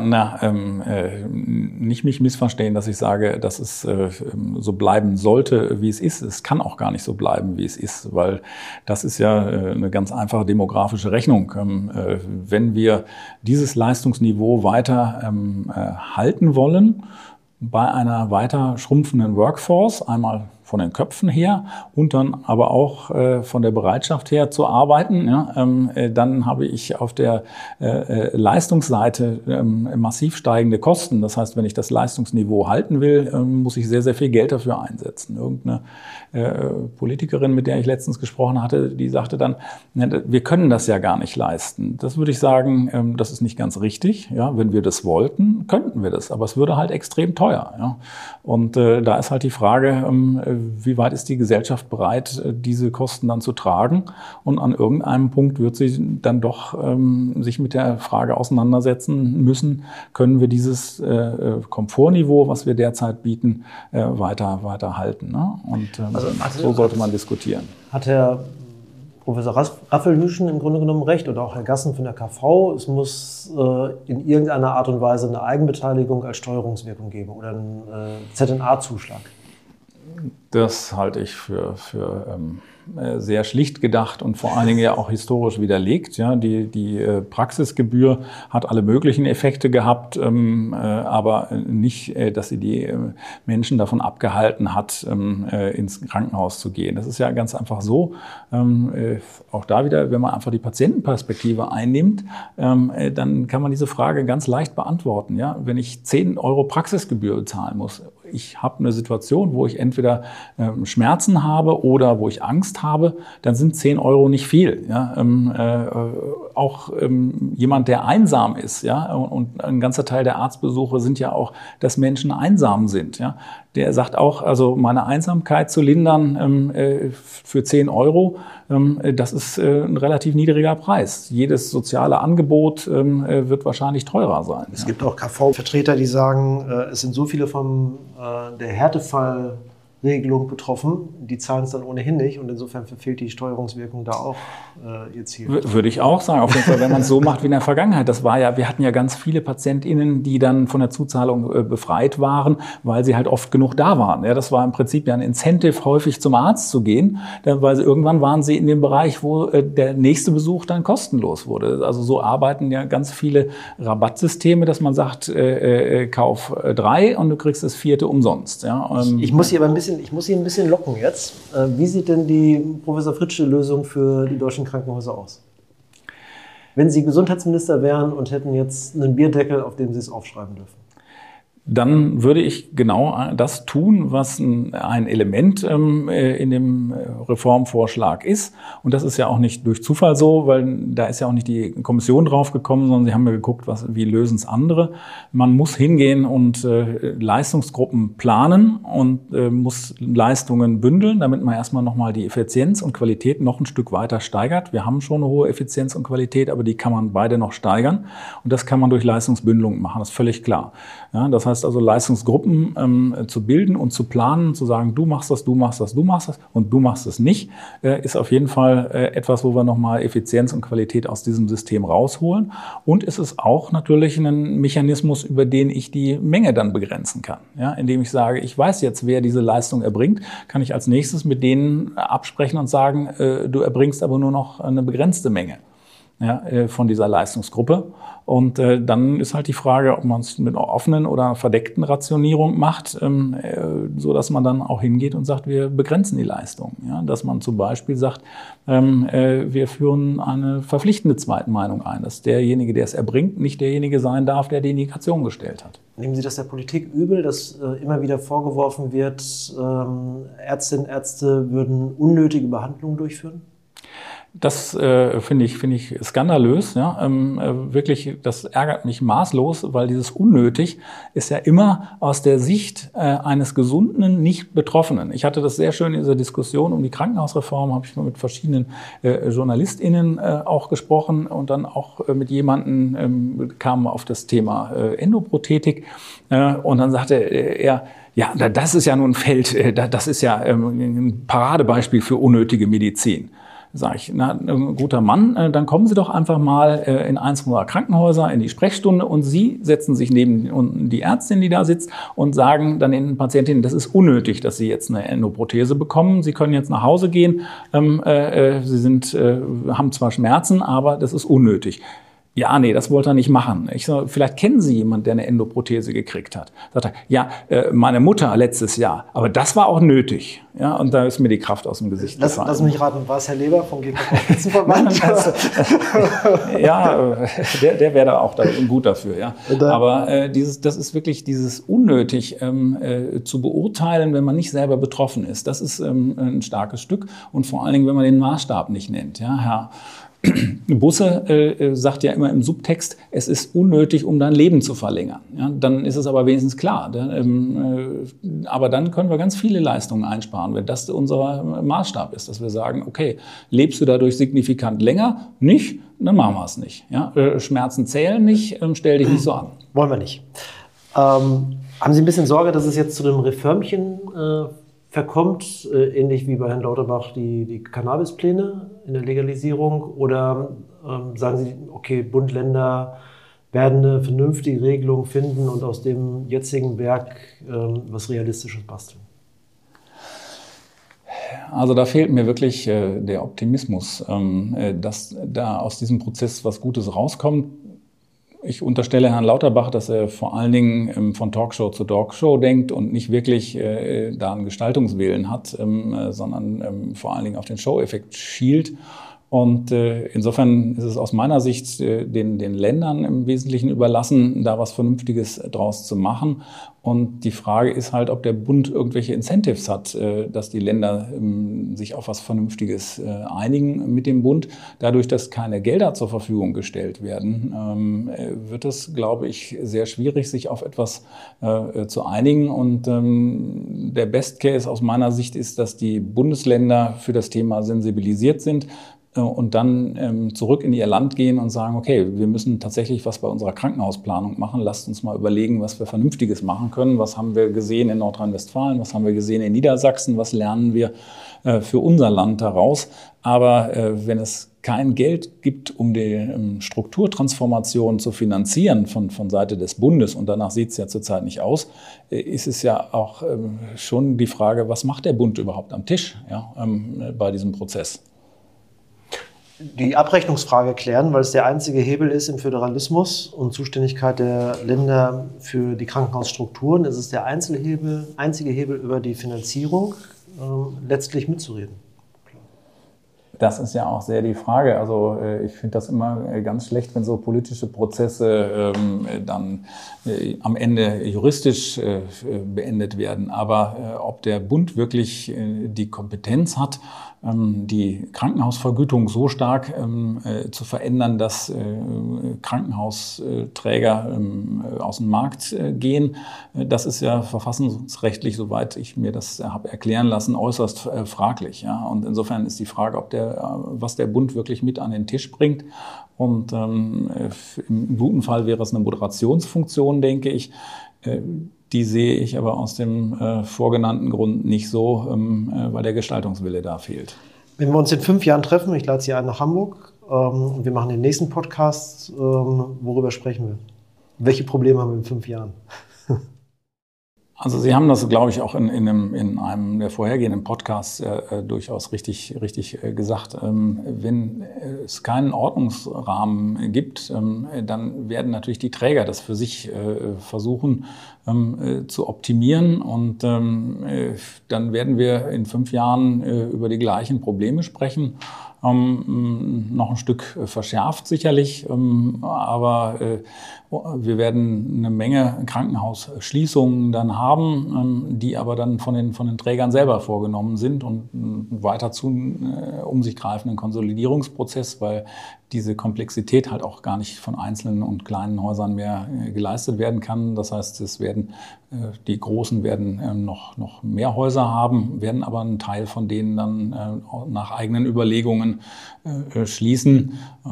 nicht mich missverstehen, dass ich sage, dass es so bleiben sollte, wie es ist. Es kann auch gar nicht so bleiben, wie es ist, weil das ist ja eine ganz einfache demografische Rechnung. Wenn wir dieses Leistungsniveau weiter halten wollen, bei einer weiter schrumpfenden Workforce, einmal von den Köpfen her und dann aber auch von der Bereitschaft her zu arbeiten, ja, dann habe ich auf der Leistungsseite massiv steigende Kosten. Das heißt, wenn ich das Leistungsniveau halten will, muss ich sehr, sehr viel Geld dafür einsetzen. Irgendeine Politikerin, mit der ich letztens gesprochen hatte, die sagte dann, wir können das ja gar nicht leisten. Das würde ich sagen, das ist nicht ganz richtig. Ja, wenn wir das wollten, könnten wir das, aber es würde halt extrem teuer. Ja. Und da ist halt die Frage, wie weit ist die Gesellschaft bereit, diese Kosten dann zu tragen? Und an irgendeinem Punkt wird sie dann doch sich mit der Frage auseinandersetzen müssen, können wir dieses Komfortniveau, was wir derzeit bieten, weiter halten. Ne? Und so sollte man diskutieren. Hat Herr Professor Raffelhüschen im Grunde genommen recht oder auch Herr Gassen von der KV, es muss in irgendeiner Art und Weise eine Eigenbeteiligung als Steuerungswirkung geben oder einen ZNA-Zuschlag? Das halte ich für sehr schlicht gedacht und vor allen Dingen ja auch historisch widerlegt. Ja, die Praxisgebühr hat alle möglichen Effekte gehabt, aber nicht, dass sie die Menschen davon abgehalten hat, ins Krankenhaus zu gehen. Das ist ja ganz einfach so. Auch da wieder, wenn man einfach die Patientenperspektive einnimmt, dann kann man diese Frage ganz leicht beantworten. Ja, wenn ich 10 € Praxisgebühr bezahlen muss, ich habe eine Situation, wo ich entweder Schmerzen habe oder wo ich Angst habe, dann sind 10 € nicht viel. Ja? Auch jemand, der einsam ist, ja, und ein ganzer Teil der Arztbesuche sind ja auch, dass Menschen einsam sind. Ja? Der sagt auch, also meine Einsamkeit zu lindern für 10 €, das ist ein relativ niedriger Preis. Jedes soziale Angebot wird wahrscheinlich teurer sein. Es gibt auch KV-Vertreter, die sagen, es sind so viele von der Härtefallregelung betroffen, die zahlen es dann ohnehin nicht und insofern verfehlt die Steuerungswirkung da auch ihr Ziel. Würde ich auch sagen, auf jeden Fall, wenn man es so macht wie in der Vergangenheit. Das war ja, wir hatten ja ganz viele PatientInnen, die dann von der Zuzahlung befreit waren, weil sie halt oft genug da waren. Ja, das war im Prinzip ja ein Incentive, häufig zum Arzt zu gehen, weil irgendwann waren sie in dem Bereich, wo der nächste Besuch dann kostenlos wurde. Also so arbeiten ja ganz viele Rabattsysteme, dass man sagt, kauf 3 und du kriegst das 4. umsonst. Ja, ich muss Sie ein bisschen locken jetzt. Wie sieht denn die Professor Fritzsche-Lösung für die deutschen Krankenhäuser aus? Wenn Sie Gesundheitsminister wären und hätten jetzt einen Bierdeckel, auf dem Sie es aufschreiben dürfen. Dann würde ich genau das tun, was ein Element in dem Reformvorschlag ist. Und das ist ja auch nicht durch Zufall so, weil da ist ja auch nicht die Kommission drauf gekommen, sondern sie haben ja geguckt, wie lösen es andere. Man muss hingehen und Leistungsgruppen planen und muss Leistungen bündeln, damit man erstmal nochmal die Effizienz und Qualität noch ein Stück weiter steigert. Wir haben schon eine hohe Effizienz und Qualität, aber die kann man beide noch steigern. Und das kann man durch Leistungsbündelung machen, das ist völlig klar. Ja, das heißt also Leistungsgruppen zu bilden und zu planen, zu sagen, du machst das, du machst das, du machst das und du machst es nicht, ist auf jeden Fall etwas, wo wir nochmal Effizienz und Qualität aus diesem System rausholen. Und es ist auch natürlich ein Mechanismus, über den ich die Menge dann begrenzen kann. Ja, indem ich sage, ich weiß jetzt, wer diese Leistung erbringt, kann ich als nächstes mit denen absprechen und sagen, du erbringst aber nur noch eine begrenzte Menge. Ja, von dieser Leistungsgruppe. Und dann ist halt die Frage, ob man es mit einer offenen oder verdeckten Rationierung macht, so dass man dann auch hingeht und sagt, wir begrenzen die Leistung. Ja, dass man zum Beispiel sagt, wir führen eine verpflichtende Zweitmeinung ein, dass derjenige, der es erbringt, nicht derjenige sein darf, der die Indikation gestellt hat. Nehmen Sie das der Politik übel, dass immer wieder vorgeworfen wird, Ärztinnen und Ärzte würden unnötige Behandlungen durchführen? Das finde ich skandalös. Ja? Wirklich, das ärgert mich maßlos, weil dieses unnötig ist ja immer aus der Sicht eines gesunden Nicht-Betroffenen. Ich hatte das sehr schön in dieser Diskussion um die Krankenhausreform, habe ich mit verschiedenen JournalistInnen auch gesprochen und dann auch mit jemandem kam auf das Thema Endoprothetik und dann sagte er, ja, das ist ja nun ein Feld, das ist ja ein Paradebeispiel für unnötige Medizin. Sag ich, na, guter Mann, dann kommen Sie doch einfach mal in eins unserer Krankenhäuser in die Sprechstunde und Sie setzen sich neben die Ärztin, die da sitzt und sagen dann den Patientinnen, das ist unnötig, dass Sie jetzt eine Endoprothese bekommen. Sie können jetzt nach Hause gehen. Sie haben zwar Schmerzen, aber das ist unnötig. Ja, nee, das wollte er nicht machen. Ich so, vielleicht kennen Sie jemanden, der eine Endoprothese gekriegt hat. Sagt er, ja, meine Mutter letztes Jahr, aber das war auch nötig. Ja, und da ist mir die Kraft aus dem Gesicht gefallen. Lass mich raten, war es Herr Leber vom GKV-Spitzenverband? Ja, der wäre da auch gut dafür. Ja. Aber das ist wirklich dieses unnötig zu beurteilen, wenn man nicht selber betroffen ist. Das ist ein starkes Stück und vor allen Dingen, wenn man den Maßstab nicht nennt. Ja, Herr Busse sagt ja immer im Subtext, es ist unnötig, um dein Leben zu verlängern. Ja, dann ist es aber wenigstens klar. Aber dann können wir ganz viele Leistungen einsparen, wenn das unser Maßstab ist, dass wir sagen, okay, lebst du dadurch signifikant länger? Nicht? Dann machen wir es nicht. Ja? Schmerzen zählen nicht, stell dich nicht so an. Wollen wir nicht. Haben Sie ein bisschen Sorge, dass es jetzt zu einem Reformchen verkommt, ähnlich wie bei Herrn Lauterbach die Cannabispläne in der Legalisierung? Oder sagen Sie, okay, Bund, Länder werden eine vernünftige Regelung finden und aus dem jetzigen Werk was Realistisches basteln? Also da fehlt mir wirklich der Optimismus, dass da aus diesem Prozess was Gutes rauskommt. Ich unterstelle Herrn Lauterbach, dass er vor allen Dingen von Talkshow zu Talkshow denkt und nicht wirklich da einen Gestaltungswillen hat, sondern vor allen Dingen auf den Show-Effekt schielt. Und insofern ist es aus meiner Sicht den Ländern im Wesentlichen überlassen, da was Vernünftiges draus zu machen. Und die Frage ist halt, ob der Bund irgendwelche Incentives hat, dass die Länder sich auf was Vernünftiges einigen mit dem Bund. Dadurch, dass keine Gelder zur Verfügung gestellt werden, wird es, glaube ich, sehr schwierig, sich auf etwas zu einigen. Und der Best Case aus meiner Sicht ist, dass die Bundesländer für das Thema sensibilisiert sind und dann zurück in ihr Land gehen und sagen, okay, wir müssen tatsächlich was bei unserer Krankenhausplanung machen. Lasst uns mal überlegen, was wir Vernünftiges machen können. Was haben wir gesehen in Nordrhein-Westfalen? Was haben wir gesehen in Niedersachsen? Was lernen wir für unser Land daraus? Aber wenn es kein Geld gibt, um die Strukturtransformation zu finanzieren von Seite des Bundes, und danach sieht es ja zurzeit nicht aus, ist es ja auch schon die Frage, was macht der Bund überhaupt am Tisch bei diesem Prozess? Die Abrechnungsfrage klären, weil es der einzige Hebel ist im Föderalismus und Zuständigkeit der Länder für die Krankenhausstrukturen. Es ist der einzige Hebel über die Finanzierung, letztlich mitzureden. Das ist ja auch sehr die Frage. Also ich finde das immer ganz schlecht, wenn so politische Prozesse dann am Ende juristisch beendet werden. Aber ob der Bund wirklich die Kompetenz hat, die Krankenhausvergütung so stark zu verändern, dass Krankenhausträger aus dem Markt gehen, das ist ja verfassungsrechtlich, soweit ich mir das habe erklären lassen, äußerst fraglich. Ja? Und insofern ist die Frage, was der Bund wirklich mit an den Tisch bringt. Und im guten Fall wäre es eine Moderationsfunktion, denke ich. Die sehe ich aber aus dem vorgenannten Grund nicht so, weil der Gestaltungswille da fehlt. Wenn wir uns in 5 Jahren treffen, ich lade Sie ein nach Hamburg und wir machen den nächsten Podcast, worüber sprechen wir? Welche Probleme haben wir in 5 Jahren? Also Sie haben das, glaube ich, auch in einem der vorhergehenden Podcasts durchaus richtig gesagt. Wenn es keinen Ordnungsrahmen gibt, dann werden natürlich die Träger das für sich versuchen zu optimieren. Und dann werden wir in 5 Jahren über die gleichen Probleme sprechen. Noch ein Stück verschärft sicherlich, aber wir werden eine Menge Krankenhausschließungen dann haben, die aber dann von den Trägern selber vorgenommen sind und weiter zu um sich greifenden Konsolidierungsprozess, weil diese Komplexität halt auch gar nicht von einzelnen und kleinen Häusern mehr geleistet werden kann. Das heißt, die Großen werden noch mehr Häuser haben, werden aber einen Teil von denen dann nach eigenen Überlegungen schließen,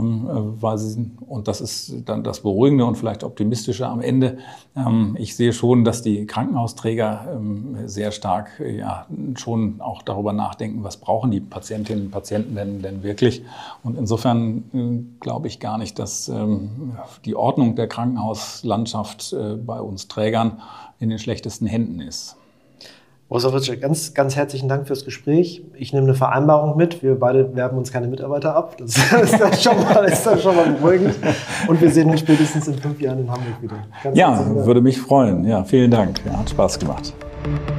und das ist dann das Beruhigende und vielleicht Optimistische am Ende. Ich sehe schon, dass die Krankenhausträger sehr stark schon auch darüber nachdenken, was brauchen die Patientinnen und Patienten denn wirklich. Und insofern glaube ich gar nicht, dass die Ordnung der Krankenhauslandschaft bei uns Trägern in den schlechtesten Händen ist. Professor Fritsche, ganz, ganz herzlichen Dank fürs Gespräch. Ich nehme eine Vereinbarung mit. Wir beide werben uns keine Mitarbeiter ab. Das ist dann schon mal beruhigend. Und wir sehen uns spätestens in 5 Jahren in Hamburg wieder. Ganz würde mich freuen. Ja, vielen Dank. Ja, hat Spaß gemacht.